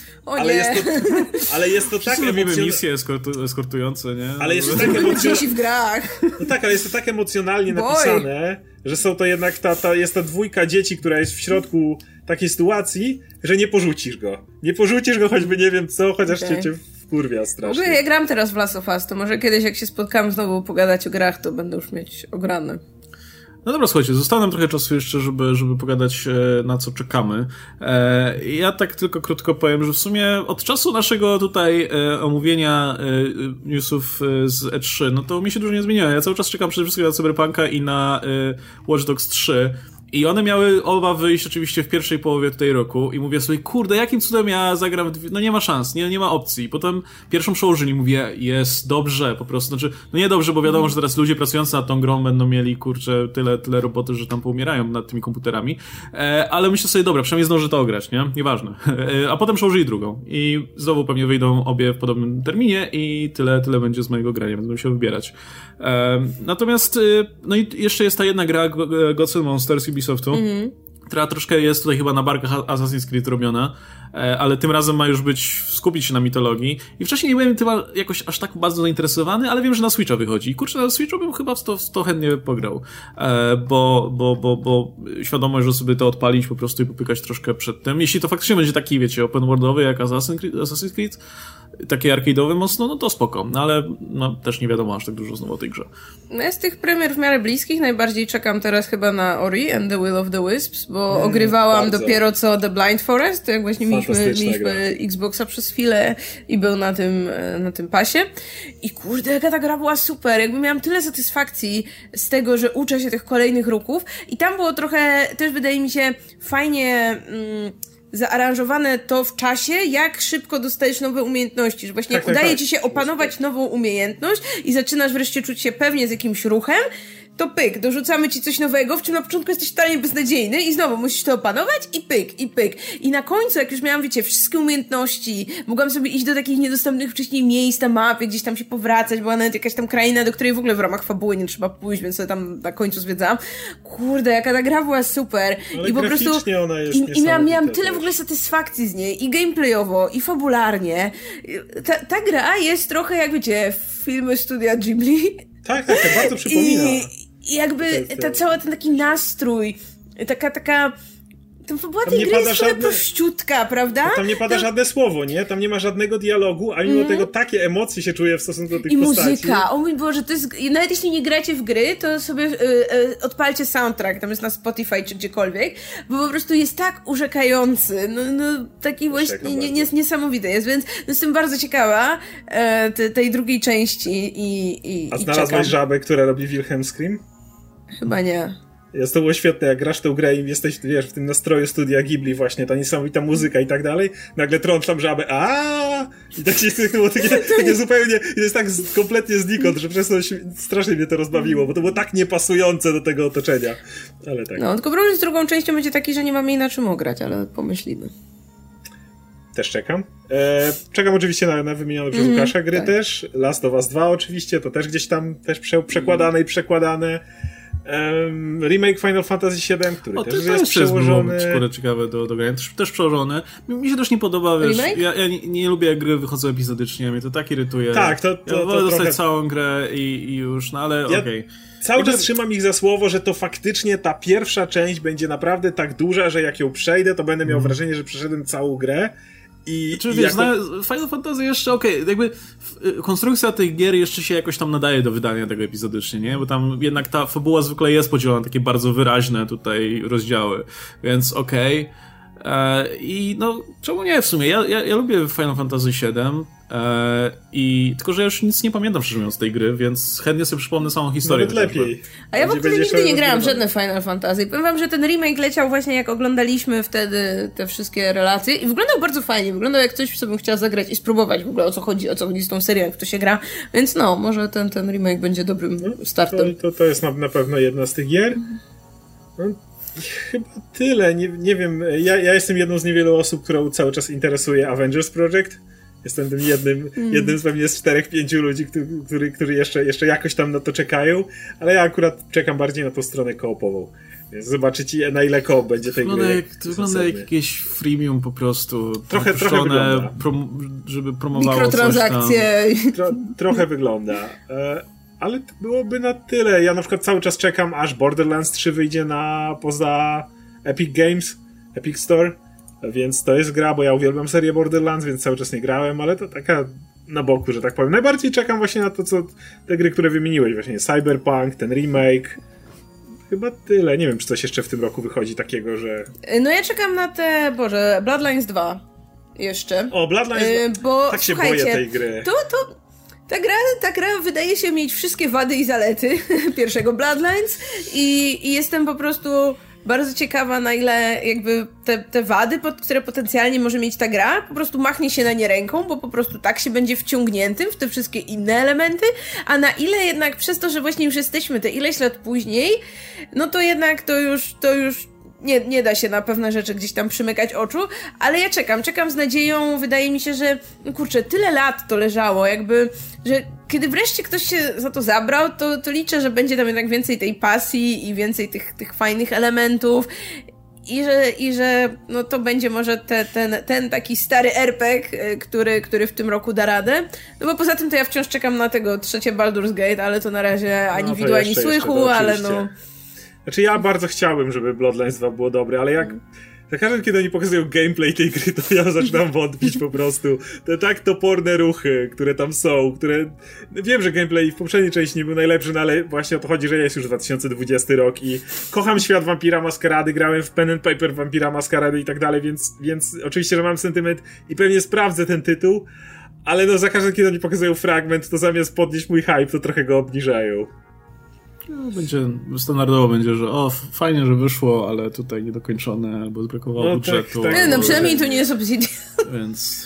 S2: Ale jest to tak
S1: robimy misje eskortujące, nie?
S2: Ale jest to tak emocjonalnie
S3: w grach.
S2: No tak, ale jest to tak emocjonalnie napisane, że są to jednak jest ta dwójka dzieci, która jest w środku takiej sytuacji, że nie porzucisz go. Nie porzucisz go, choćby nie wiem co, chociaż cię wkurwia strasznie.
S3: Ja gram teraz w Last of Us, to może kiedyś jak się spotkam znowu pogadać o grach, to będę już mieć ograne.
S1: No dobra, słuchajcie, zostało nam trochę czasu jeszcze, żeby pogadać, na co czekamy. Ja tak tylko krótko powiem, że w sumie od czasu naszego tutaj omówienia newsów z E3, no to mi się dużo nie zmieniło. Ja cały czas czekam przede wszystkim na Cyberpunka i na Watch Dogs 3. I one miały oba wyjść oczywiście w pierwszej połowie tutaj roku i mówię sobie, kurde, jakim cudem ja zagram no nie ma szans, nie ma opcji. Potem pierwszą przełożyli, mówię, jest dobrze po prostu, znaczy, no nie dobrze, bo wiadomo, że teraz ludzie pracujący nad tą grą będą mieli, kurczę, tyle roboty, że tam poumierają nad tymi komputerami, ale myślę sobie, dobra, przynajmniej zdążę to ograć, nie? Nieważne. A potem przełożyli drugą i znowu pewnie wyjdą obie w podobnym terminie i tyle będzie z mojego grania, będę musiał wybierać. Natomiast, no i jeszcze jest ta jedna gra, Gods and Monsters Ubisoftu, która troszkę jest tutaj chyba na barkach Assassin's Creed robiona, ale tym razem ma już skupić się na mitologii. I wcześniej nie byłem tym jakoś aż tak bardzo zainteresowany, ale wiem, że na Switcha wychodzi. I kurczę, na Switchu bym chyba w to chętnie pograł. Bo świadomość, że sobie to odpalić po prostu i popykać troszkę przed tym. Jeśli to faktycznie będzie taki, wiecie, open worldowy jak Assassin's Creed, taki arcade'owy mocno, no to spoko. No ale no, też nie wiadomo aż tak dużo znowu o tej grze.
S3: No z tych premier w miarę bliskich najbardziej czekam teraz chyba na Ori and the Will of the Wisps, bo ogrywałam dopiero co The Blind Forest, jak właśnie mieliśmy Xboxa przez chwilę i był na tym pasie. I kurde, jaka ta gra była super. Jakby miałam tyle satysfakcji z tego, że uczę się tych kolejnych ruchów i tam było trochę, też wydaje mi się, fajnie zaaranżowane to w czasie, jak szybko dostajesz nowe umiejętności, że właśnie udaje ci się opanować nową umiejętność i zaczynasz wreszcie czuć się pewnie z jakimś ruchem, to pyk, dorzucamy ci coś nowego, w czym na początku jesteś totalnie beznadziejny i znowu musisz to opanować i pyk. I na końcu, jak już miałam, wiecie, wszystkie umiejętności, mogłam sobie iść do takich niedostępnych wcześniej miejsc na mapie, gdzieś tam się powracać, była nawet jakaś tam kraina, do której w ogóle w ramach fabuły nie trzeba pójść, więc sobie tam na końcu zwiedzałam. Kurde, jaka ta gra była super.
S2: Ale
S3: i po prostu
S2: ona jest i
S3: miałam tyle w ogóle satysfakcji z niej i gameplayowo, i fabularnie. Ta gra jest trochę, jak wiecie, filmy studia Ghibli.
S2: Tak, bardzo przypomina.
S3: I jakby cały ten taki nastrój, taka ta fabuła tej gry jest trochę prościutka, prawda?
S2: Tam nie pada żadne słowo, nie? Tam nie ma żadnego dialogu, a mimo tego takie emocje się czuje w stosunku do tych postaci.
S3: I muzyka. O mój Boże, to jest... Nawet jeśli nie gracie w gry, to sobie odpalcie soundtrack, tam jest na Spotify czy gdziekolwiek, bo po prostu jest tak urzekający. No taki właśnie niesamowity jest, więc jestem bardzo ciekawa tej drugiej części i
S2: A znalazłaś żabę, która robi Wilhelm Scream?
S3: Chyba nie.
S2: To było świetne, jak grasz tę grę i jesteś, wiesz, w tym nastroju studia Ghibli właśnie, ta niesamowita muzyka i tak dalej, nagle trącam żabę, i tak się było takie zupełnie, to jest tak kompletnie znikąd, że przez to strasznie mnie to rozbawiło, bo to było tak niepasujące do tego otoczenia, ale tak.
S3: No, tylko problem z drugą częścią będzie taki, że nie mamy jej na czym ograć, ale pomyślimy.
S2: Też czekam. Czekam oczywiście na wymienione przez Łukasza gry też. Last of Us 2 oczywiście, to też gdzieś tam też przekładane i przekładane. Remake Final Fantasy VII, który też jest przełożony.
S1: Skoro ciekawe do grania, też przełożony. Mi się też nie podoba, wiesz, ja nie lubię jak gry wychodzą epizodycznie, mnie to tak irytuje.
S2: Tak,
S1: ja wolę dostać całą grę i już, no ale okej.
S2: Cały czas trzymam ich za słowo, że to faktycznie ta pierwsza część będzie naprawdę tak duża, że jak ją przejdę, to będę miał wrażenie, że przeszedłem całą grę.
S1: Wiesz, Final Fantasy jeszcze jakby konstrukcja tych gier jeszcze się jakoś tam nadaje do wydania tego epizodycznie, nie? Bo tam jednak ta fabuła zwykle jest podzielona na takie bardzo wyraźne tutaj rozdziały, więc i no, czemu nie w sumie? Ja lubię Final Fantasy VII tylko, że ja już nic nie pamiętam, szczerze mówiąc, z tej gry, więc chętnie sobie przypomnę całą historię.
S2: Nawet lepiej.
S3: A ja w ogóle nigdy nie grałam w żadne Final Fantasy. Powiem wam, że ten remake leciał właśnie jak oglądaliśmy wtedy te wszystkie relacje i wyglądał bardzo fajnie. Wyglądał jak coś, co bym chciała zagrać i spróbować w ogóle o co chodzi z tą serią, jak w to się gra. Więc no, może ten remake będzie dobrym startem.
S2: To jest na pewno jedna z tych gier. No, chyba tyle. Nie wiem. Ja jestem jedną z niewielu osób, którą cały czas interesuje Avengers Project. Jestem tym jednym z pewnie z 4-5 ludzi, którzy jeszcze jakoś tam na to czekają, ale ja akurat czekam bardziej na tą stronę koopową. Więc zobaczyć, na ile koop będzie tej gry.
S1: To wygląda jak jakieś freemium po prostu.
S2: Trochę wygląda.
S1: Żeby promowało
S3: mikrotransakcje.
S2: Trochę wygląda. Ale to byłoby na tyle. Ja na przykład cały czas czekam, aż Borderlands 3 wyjdzie poza Epic Games, Epic Store. Więc to jest gra, bo ja uwielbiam serię Borderlands, więc cały czas nie grałem, ale to taka na boku, że tak powiem. Najbardziej czekam właśnie na to, co te gry, które wymieniłeś, właśnie Cyberpunk, ten remake. Chyba tyle. Nie wiem, czy coś jeszcze w tym roku wychodzi takiego, że...
S3: No ja czekam na Bloodlines 2 jeszcze.
S2: O, Bloodlines 2.
S3: Bo,
S2: tak się boję tej gry.
S3: Ta gra wydaje się mieć wszystkie wady i zalety pierwszego Bloodlines i jestem po prostu bardzo ciekawa, na ile jakby te wady, które potencjalnie może mieć ta gra, po prostu machnie się na nie ręką, bo po prostu tak się będzie wciągniętym w te wszystkie inne elementy, a na ile jednak przez to, że właśnie już jesteśmy te ileś lat później, no to jednak to już nie da się na pewne rzeczy gdzieś tam przymykać oczu, ale ja czekam z nadzieją, wydaje mi się, że kurczę, tyle lat to leżało, jakby, że kiedy wreszcie ktoś się za to zabrał, to liczę, że będzie tam jednak więcej tej pasji i więcej tych fajnych elementów i że no to będzie może ten taki stary RPG, który w tym roku da radę. No bo poza tym to ja wciąż czekam na tego trzecie Baldur's Gate, ale to na razie ani widu, ani słychu, ale no...
S2: Znaczy ja bardzo chciałbym, żeby Bloodlines 2 było dobre, ale jak za każdym, kiedy oni pokazują gameplay tej gry, to ja zaczynam wątpić po prostu. Te tak toporne ruchy, które tam są, które... Wiem, że gameplay w poprzedniej części nie był najlepszy, no ale właśnie o to chodzi, że jest już 2020 rok i kocham świat Vampira Maskarady, grałem w Pen and Paper Vampira Maskarady i tak dalej, więc oczywiście, że mam sentyment i pewnie sprawdzę ten tytuł, ale no za każdym, kiedy oni pokazują fragment, to zamiast podnieść mój hype, to trochę go obniżają.
S1: No, standardowo będzie, że fajnie, że wyszło, ale tutaj niedokończone, albo zbrakowało budżetu.
S3: Tak. No przynajmniej to nie jest Obsidian.
S1: Więc...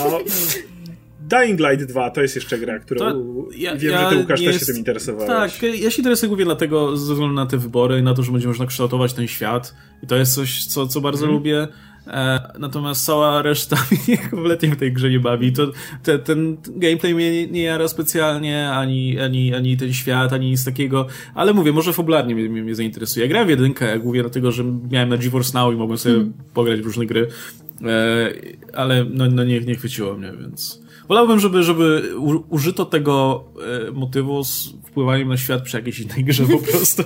S2: Dying Light 2 to jest jeszcze gra, którą wiem, że ty, Łukasz, też się tym interesowałeś. Tak,
S1: ja się interesuję głównie dlatego, ze względu na te wybory, na to, że będzie można kształtować ten świat i to jest coś, co bardzo lubię. Natomiast cała reszta mnie kompletnie w tej grze nie bawi. Ten gameplay mnie nie jara specjalnie, ani ten świat, ani nic takiego, ale mówię, może fabularnie mnie zainteresuje. Ja grałem w jedynkę, głównie dlatego, że miałem na GeForce Now i mogłem sobie pograć w różne gry, ale no nie chwyciło mnie, więc wolałbym, żeby użyto tego motywu z wpływaniem na świat przy jakiejś innej grze po prostu.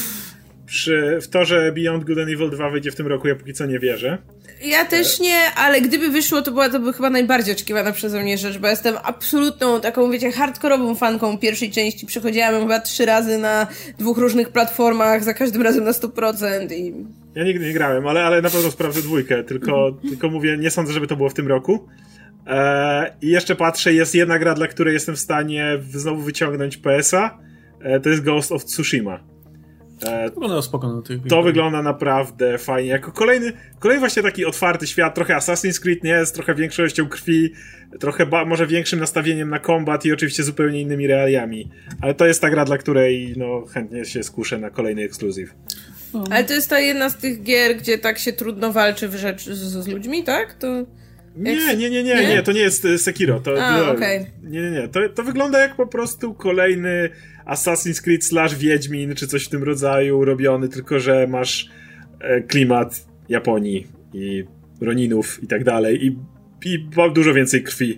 S2: W to, że Beyond Good and Evil 2 wyjdzie w tym roku, ja póki co nie wierzę.
S3: Ja też nie, ale gdyby wyszło, to by chyba najbardziej oczekiwana przeze mnie rzecz, bo jestem absolutną taką, wiecie, hardkorową fanką pierwszej części. Przechodziłam chyba 3 razy na 2 różnych platformach, za każdym razem na 100% i... Ja
S2: nigdy nie grałem, ale na pewno sprawdzę 2, tylko mówię, nie sądzę, żeby to było w tym roku. I jeszcze patrzę, jest jedna gra, dla której jestem w stanie znowu wyciągnąć PS-a, to jest Ghost of Tsushima.
S1: Wygląda spoko na tych.
S2: To wygląda naprawdę fajnie. Jako kolejny właśnie taki otwarty świat, trochę Assassin's Creed, nie? Z trochę większością krwi, trochę może większym nastawieniem na kombat i oczywiście zupełnie innymi realiami. Ale to jest ta gra, dla której no chętnie się skuszę na kolejny ekskluzyw.
S3: Ale to jest ta jedna z tych gier, gdzie tak się trudno walczy z ludźmi, tak? To...
S2: Nie, to nie jest Sekiro.
S3: Okej.
S2: Nie. To wygląda jak po prostu kolejny Assassin's Creed / Wiedźmin, czy coś w tym rodzaju robiony, tylko że masz klimat Japonii i Roninów i tak dalej i dużo więcej krwi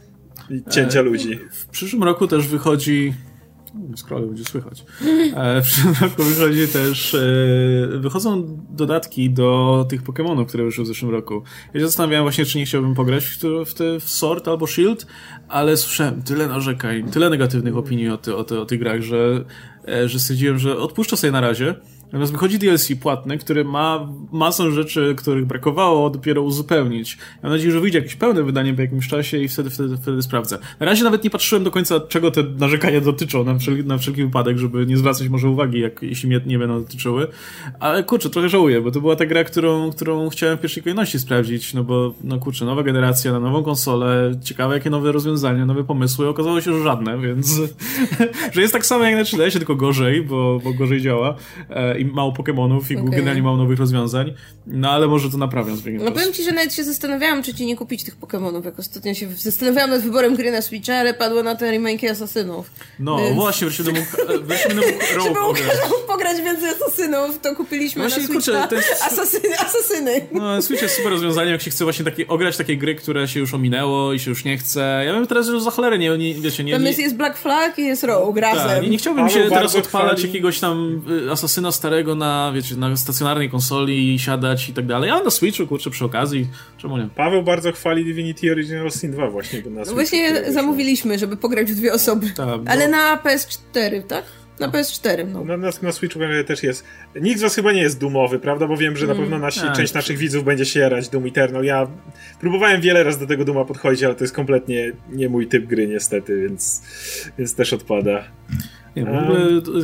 S2: i cięcia ludzi.
S1: W przyszłym roku też wychodzi... Scroll będzie słychać. W przyszłym roku wychodzi też... Wychodzą dodatki do tych Pokemonów, które wyszły w zeszłym roku. Ja się zastanawiałem właśnie, czy nie chciałbym pograć w Sword albo Shield, ale słyszałem tyle narzekań, tyle negatywnych opinii o tych grach, że stwierdziłem, że odpuszczę sobie na razie. Natomiast wychodzi DLC płatny, który ma masę rzeczy, których brakowało dopiero uzupełnić. Mam nadzieję, że wyjdzie jakieś pełne wydanie po jakimś czasie i wtedy sprawdzę. Na razie nawet nie patrzyłem do końca, czego te narzekania dotyczą, na wszelki wypadek, żeby nie zwracać może uwagi, jeśli mnie nie będą dotyczyły. Ale kurczę, trochę żałuję, bo to była ta gra, którą chciałem w pierwszej kolejności sprawdzić, no bo, no kurczę, nowa generacja na nową konsolę, ciekawe jakie nowe rozwiązania, nowe pomysły, okazało się, że żadne, więc że jest tak samo jak na 3DS, tylko gorzej, bo gorzej działa. I mało Pokemonów i generalnie mało nowych rozwiązań, no ale może to naprawią z biegiem
S3: czasu. Powiem ci, że nawet się zastanawiałam, czy ci nie kupić tych Pokemonów, jak ostatnio się zastanawiałam nad wyborem gry na Switcha, ale padło na te remake'i Asasynów.
S1: No więc... właśnie, wreszcie będę mógł
S3: pograć więcej Asasynów, to kupiliśmy
S1: właśnie,
S3: na Switcha Asasyny.
S1: No, Switch jest super rozwiązaniem, jak się chce właśnie ograć takie gry, które się już ominęło i się już nie chce. Ja bym teraz już za cholerę wiecie, nie...
S3: Tam jest Black Flag i jest Rogue razem.
S1: Tak, nie chciałbym się teraz odpalać jakiegoś tam Asasyna starego na stacjonarnej konsoli i siadać i tak dalej, a na Switchu, kurczę, przy okazji, czemu nie?
S2: Paweł bardzo chwali Divinity Original Sin 2 właśnie, bo na Switchu.
S3: Właśnie zamówiliśmy, żeby pograć w 2 osoby. Ale na PS4, tak? Na PS4, no.
S2: Na Switchu też jest. Nikt z was chyba nie jest Doomowy, prawda? Bo wiem, że na pewno część naszych widzów będzie się jarać Doom Eternal. Ja próbowałem wiele razy do tego Dooma podchodzić, ale to jest kompletnie nie mój typ gry niestety, więc też odpada.
S1: Nie, w ogóle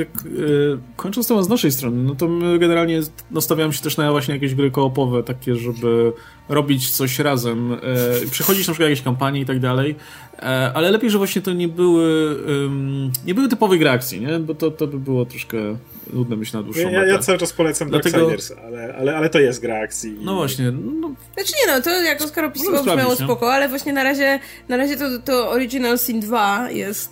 S1: kończąc temat z naszej strony, no to my generalnie nastawiamy się też na właśnie jakieś gry koopowe, takie, żeby robić coś razem, przechodzić na przykład jakieś kampanie i tak dalej, ale lepiej, że właśnie to nie były typowe gry akcji, nie? Bo to by było troszkę nudne, myślę, na dłuższą metę.
S2: Ja cały czas polecam Darksiders, ale to jest gra akcji.
S1: No właśnie.
S3: Znaczy nie, to jak Oskar opisywał, brzmiało spoko, ale właśnie na razie to Original Sin 2 jest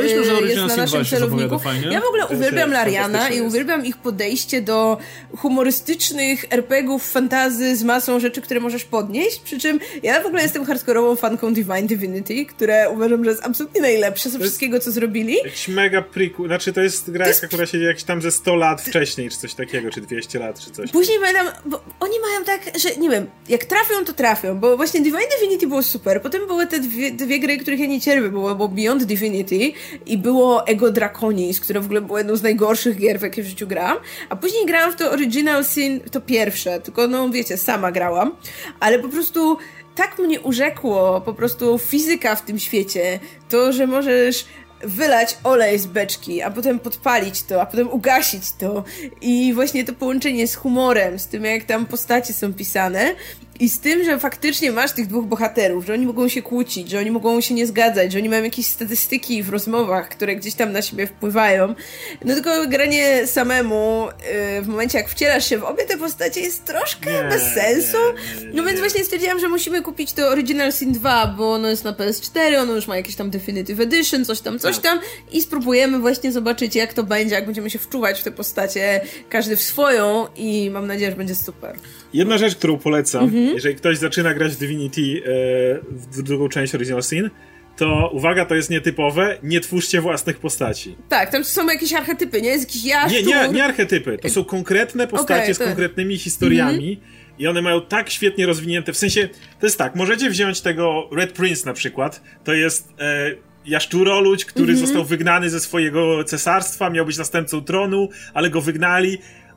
S3: na naszym celowniku. Ja w ogóle uwielbiam Lariana i uwielbiam ich podejście do humorystycznych RPGów, fantasy z masą rzeczy, które możesz podnieść, przy czym ja w ogóle jestem hardkorową fanką Divine Divinity, które uważam, że jest absolutnie najlepsze ze wszystkiego, co zrobili.
S2: Jakiś mega prequel, znaczy to jest gra, która się jakieś tam ze 100 lat wcześniej, czy coś takiego, czy 200 lat, czy coś.
S3: Później pamiętam, bo oni mają tak, że nie wiem, jak trafią, to trafią, bo właśnie Divine Divinity było super, potem były te dwie gry, których ja nie cierpię, było Beyond Divinity i było Ego Draconis, które w ogóle było jedną z najgorszych gier, w jakie w życiu grałam, a później grałam w to Original Sin, to pierwsze, tylko no wiecie, sama grałam, ale po prostu tak mnie urzekło po prostu fizyka w tym świecie, to, że możesz wylać olej z beczki, a potem podpalić to, a potem ugasić to i właśnie to połączenie z humorem, z tym jak tam postacie są pisane i z tym, że faktycznie masz tych dwóch bohaterów, że oni mogą się kłócić, że oni mogą się nie zgadzać, że oni mają jakieś statystyki w rozmowach, które gdzieś tam na siebie wpływają. No tylko granie samemu w momencie, jak wcielasz się w obie te postacie jest troszkę bez sensu. No więc właśnie stwierdziłam, że musimy kupić to Original Sin 2, bo ono jest na PS4, ono już ma jakieś tam Definitive Edition, coś tam i spróbujemy właśnie zobaczyć, jak to będzie, jak będziemy się wczuwać w te postacie, każdy w swoją i mam nadzieję, że będzie super.
S2: Jedna rzecz, którą polecam, jeżeli ktoś zaczyna grać w Divinity w drugą część Original Sin, to uwaga, to jest nietypowe, nie twórzcie własnych postaci.
S3: Tak, tam są jakieś archetypy, nie? Jest jakiś jaszczur.
S2: Nie archetypy, to są konkretne postacie z konkretnymi historiami i one mają tak świetnie rozwinięte, w sensie, to jest tak, możecie wziąć tego Red Prince na przykład, to jest jaszczuroludź, który został wygnany ze swojego cesarstwa, miał być następcą tronu, ale go wygnali.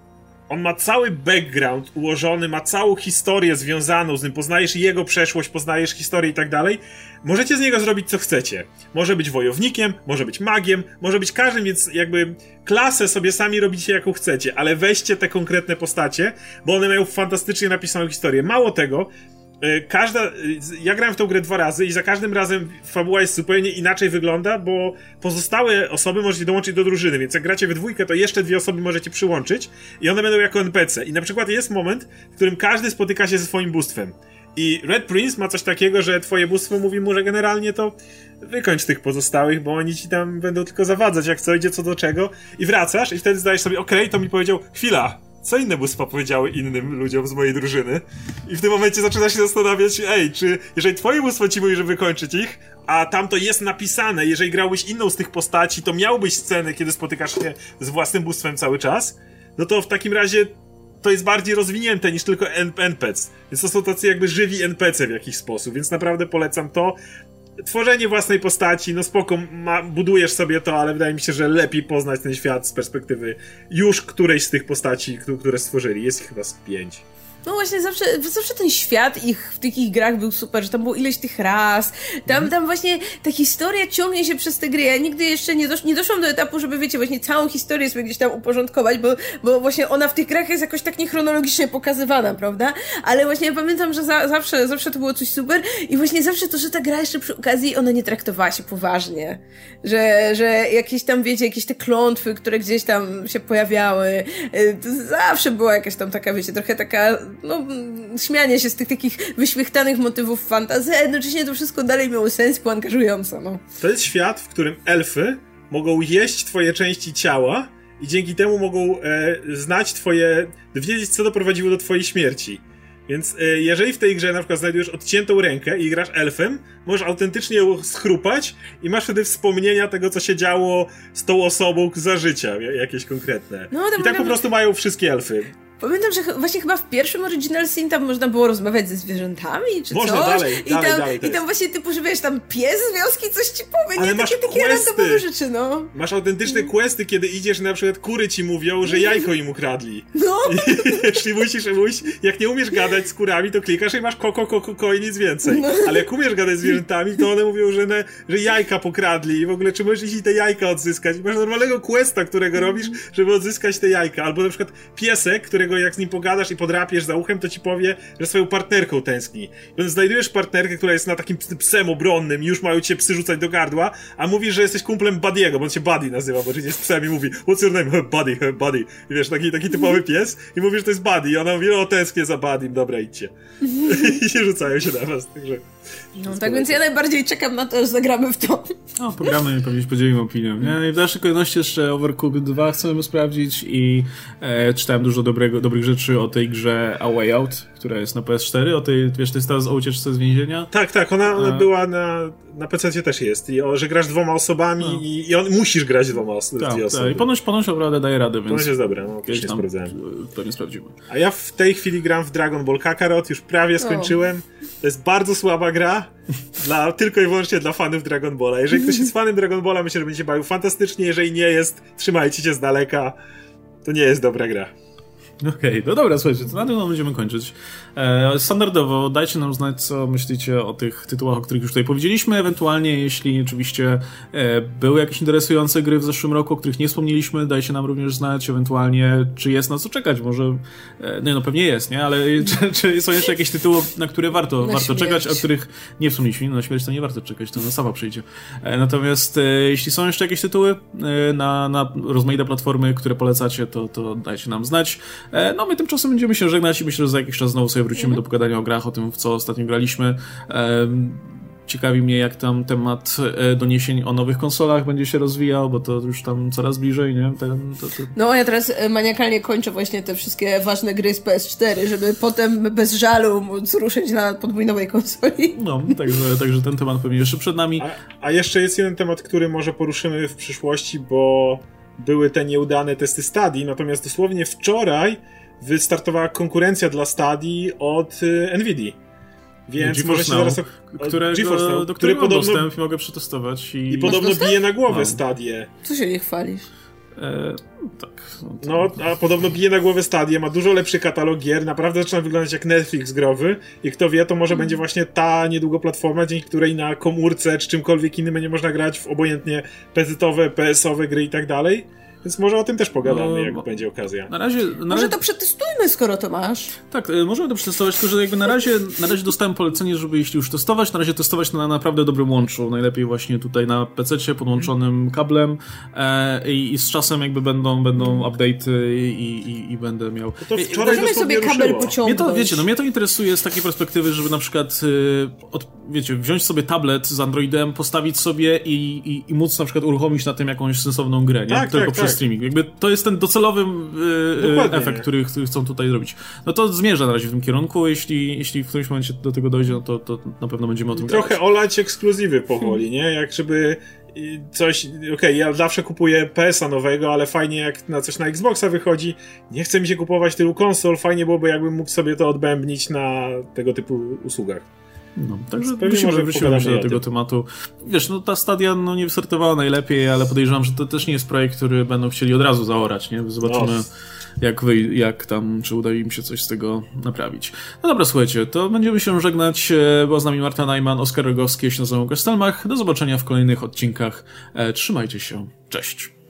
S2: on ma cały background ułożony, ma całą historię związaną z nim, poznajesz jego przeszłość, poznajesz historię i tak dalej. Możecie z niego zrobić co chcecie. Może być wojownikiem, może być magiem, może być każdym, więc jakby klasę sobie sami robicie jaką chcecie, ale weźcie te konkretne postacie, bo one mają fantastycznie napisaną historię. Mało tego, ja grałem w tą grę 2 razy i za każdym razem fabuła jest zupełnie inaczej wygląda, bo pozostałe osoby możecie dołączyć do drużyny, więc jak gracie we 2, to jeszcze 2 osoby możecie przyłączyć i one będą jako NPC. I na przykład jest moment, w którym każdy spotyka się ze swoim bóstwem. I Red Prince ma coś takiego, że twoje bóstwo mówi mu, że generalnie to wykończ tych pozostałych, bo oni ci tam będą tylko zawadzać, jak co idzie, co do czego. I wracasz i wtedy zdajesz sobie, okej, to mi powiedział, chwila, co inne bóstwa powiedziały innym ludziom z mojej drużyny? I w tym momencie zaczyna się zastanawiać, czy jeżeli twoje bóstwo ci mówi, żeby wykończyć ich, a tam to jest napisane, jeżeli grałbyś inną z tych postaci, to miałbyś sceny, kiedy spotykasz się z własnym bóstwem cały czas, no to w takim razie to jest bardziej rozwinięte niż tylko NPC. Więc to są tacy jakby żywi NPC w jakiś sposób, więc naprawdę polecam to. Tworzenie własnej postaci, no spoko, budujesz sobie to, ale wydaje mi się, że lepiej poznać ten świat z perspektywy już którejś z tych postaci, które stworzyli. Jest ich chyba z 5.
S3: No właśnie, zawsze ten świat w tych ich grach był super, że tam było ileś tych ras, tam właśnie ta historia ciągnie się przez te gry. Ja nigdy jeszcze nie doszłam do etapu, żeby, wiecie, właśnie całą historię sobie gdzieś tam uporządkować, bo właśnie ona w tych grach jest jakoś tak niechronologicznie pokazywana, prawda? Ale właśnie ja pamiętam, że zawsze to było coś super i właśnie zawsze to, że ta gra jeszcze przy okazji, ona nie traktowała się poważnie. Że jakieś tam, wiecie, jakieś te klątwy, które gdzieś tam się pojawiały, to zawsze była jakaś tam taka, wiecie, trochę taka, no, śmianie się z tych takich wyświechtanych motywów fantazji, a jednocześnie to wszystko dalej miało sens, było angażujące, no.
S2: To jest świat, w którym elfy mogą jeść twoje części ciała i dzięki temu mogą wiedzieć, co doprowadziło do twojej śmierci. Więc jeżeli w tej grze na przykład znajdujesz odciętą rękę i grasz elfem, możesz autentycznie ją schrupać i masz wtedy wspomnienia tego, co się działo z tą osobą za życia, jakieś konkretne. No, i tak po prostu mają wszystkie elfy.
S3: Pamiętam, że właśnie chyba w pierwszym Original Sin tam można było rozmawiać ze zwierzętami, czy
S2: można,
S3: coś.
S2: Dalej
S3: I tam właśnie typu, że wiesz, tam pies z wioski coś ci powie,
S2: ale
S3: nie?
S2: masz
S3: takie randomowe rzeczy, no.
S2: Masz autentyczne questy, kiedy idziesz, na przykład kury ci mówią, że jajko im ukradli.
S3: No.
S2: Jeśli musisz, jak nie umiesz gadać z kurami, to klikasz i masz ko i nic więcej. No. Ale jak umiesz gadać z zwierzętami, to one mówią, że jajka pokradli i w ogóle czy możesz iść te jajka odzyskać. Masz normalnego questa, którego robisz, żeby odzyskać te jajka. Albo na przykład piesek, którego jak z nim pogadasz i podrapiesz za uchem, to ci powie, że swoją partnerką tęskni. Więc znajdujesz partnerkę, która jest na takim psem obronnym i już mają cię psy rzucać do gardła, a mówisz, że jesteś kumplem Buddy'ego, bo on się Buddy nazywa, bo jest psem i mówi what's your name? Buddy. I wiesz, taki typowy pies i mówi, że to jest Buddy i ona mówi, o tęsknię za Buddym, dobra, idźcie. I się rzucają się na was, także...
S3: No tak, więc ja najbardziej czekam na to, że zagramy w to.
S1: No, pogramy i pewnie się podzielimy opinią. Nie? I w dalszej kolejności jeszcze Overcooked 2 chcemy sprawdzić i czytałem dużo dobrych rzeczy o tej grze A Way Out, która jest na PS4, o tej, wiesz, to jest teraz o ucieczce z więzienia.
S2: Tak, ona była na PC też jest i że grasz 2 osobami i musisz grać 2 osobami.
S1: Tak, i ponoć naprawdę daje radę, więc...
S2: Ponoć jest dobra, no kiedyś sprawdzałem.
S1: To nie sprawdzimy.
S2: A ja w tej chwili gram w Dragon Ball Kakarot, już prawie skończyłem. To jest bardzo słaba gra, tylko i wyłącznie dla fanów Dragon Balla. Jeżeli ktoś jest fanem Dragon Balla, myślę, że będzie się bawił fantastycznie. Jeżeli nie jest, trzymajcie się z daleka. To nie jest dobra gra.
S1: Okej, no dobra, słuchajcie, to na tym będziemy kończyć. Standardowo dajcie nam znać, co myślicie o tych tytułach, o których już tutaj powiedzieliśmy, ewentualnie jeśli oczywiście były jakieś interesujące gry w zeszłym roku, o których nie wspomnieliśmy, dajcie nam również znać, ewentualnie czy jest na co czekać, może, no pewnie jest, nie, ale czy są jeszcze jakieś tytuły, na które warto czekać, o których nie wspomnieliśmy, no na śmierć to nie warto czekać, to sama przyjdzie. Natomiast jeśli są jeszcze jakieś tytuły na rozmaite platformy, które polecacie, to dajcie nam znać. No my tymczasem będziemy się żegnać i myślę, że za jakiś czas znowu sobie wrócimy do pogadania o grach, o tym, w co ostatnio graliśmy. Ciekawi mnie, jak tam temat doniesień o nowych konsolach będzie się rozwijał, bo to już tam coraz bliżej, nie?
S3: No ja teraz maniakalnie kończę właśnie te wszystkie ważne gry z PS4, żeby potem bez żalu móc ruszyć na podwój nowej konsoli.
S1: No, także ten temat pewnie jeszcze przed nami.
S2: A jeszcze jest jeden temat, który może poruszymy w przyszłości, bo były te nieudane testy Stadia, natomiast dosłownie wczoraj wystartowała konkurencja dla Stadia od Nvidia. Więc możecie zaraz
S1: do którego podobno dostęp mogę przetestować.
S2: I podobno bije na głowę Stadię.
S3: Co się nie chwalisz?
S1: Tak.
S2: No, a podobno bije na głowę Stadia, ma dużo lepszy katalog gier, naprawdę zaczyna wyglądać jak Netflix growy i kto wie, to może będzie właśnie ta niedługo platforma, dzięki której na komórce czy czymkolwiek innym będzie można grać w obojętnie PC-owe, PS-owe gry i tak dalej. Więc może o tym też pogadamy, jak będzie okazja.
S3: Może to przetestujmy, skoro to masz.
S1: Tak, możemy to przetestować, tylko że jakby na razie dostałem polecenie, żeby jeśli już testować, na razie testować na naprawdę dobrym łączu. Najlepiej właśnie tutaj na PC-cie podłączonym kablem i z czasem jakby będą update'y i będę miał...
S2: To wczoraj
S3: możemy sobie kabel pociągnąć.
S1: Mnie to interesuje z takiej perspektywy, żeby na przykład wziąć sobie tablet z Androidem, postawić sobie i móc na przykład uruchomić na tym jakąś sensowną grę, nie?
S2: Tak,
S1: Tylko
S2: tak.
S1: streaming. Jakby to jest ten docelowy efekt, który chcą tutaj zrobić. No to zmierza na razie w tym kierunku. Jeśli w którymś momencie do tego dojdzie, no to na pewno będziemy o tym
S2: trochę
S1: gadać.
S2: olać ekskluzywy powoli, nie? Jak żeby coś... Okej, ja zawsze kupuję PS-a nowego, ale fajnie jak na coś na Xboxa wychodzi. Nie chce mi się kupować tylu konsol. Fajnie byłoby, jakbym mógł sobie to odbębnić na tego typu usługach.
S1: No, także wrócimy się do tego tematu. Wiesz, no ta Stadia nie wystartowała najlepiej, ale podejrzewam, że to też nie jest projekt, który będą chcieli od razu zaorać, nie? Zobaczymy jak tam, czy uda im się coś z tego naprawić. No dobra, słuchajcie, to będziemy się żegnać. Była z nami Marta Najman, Oskar Rogowski, ja się nazywam Łukasz Stelmach. Do zobaczenia w kolejnych odcinkach. Trzymajcie się. Cześć.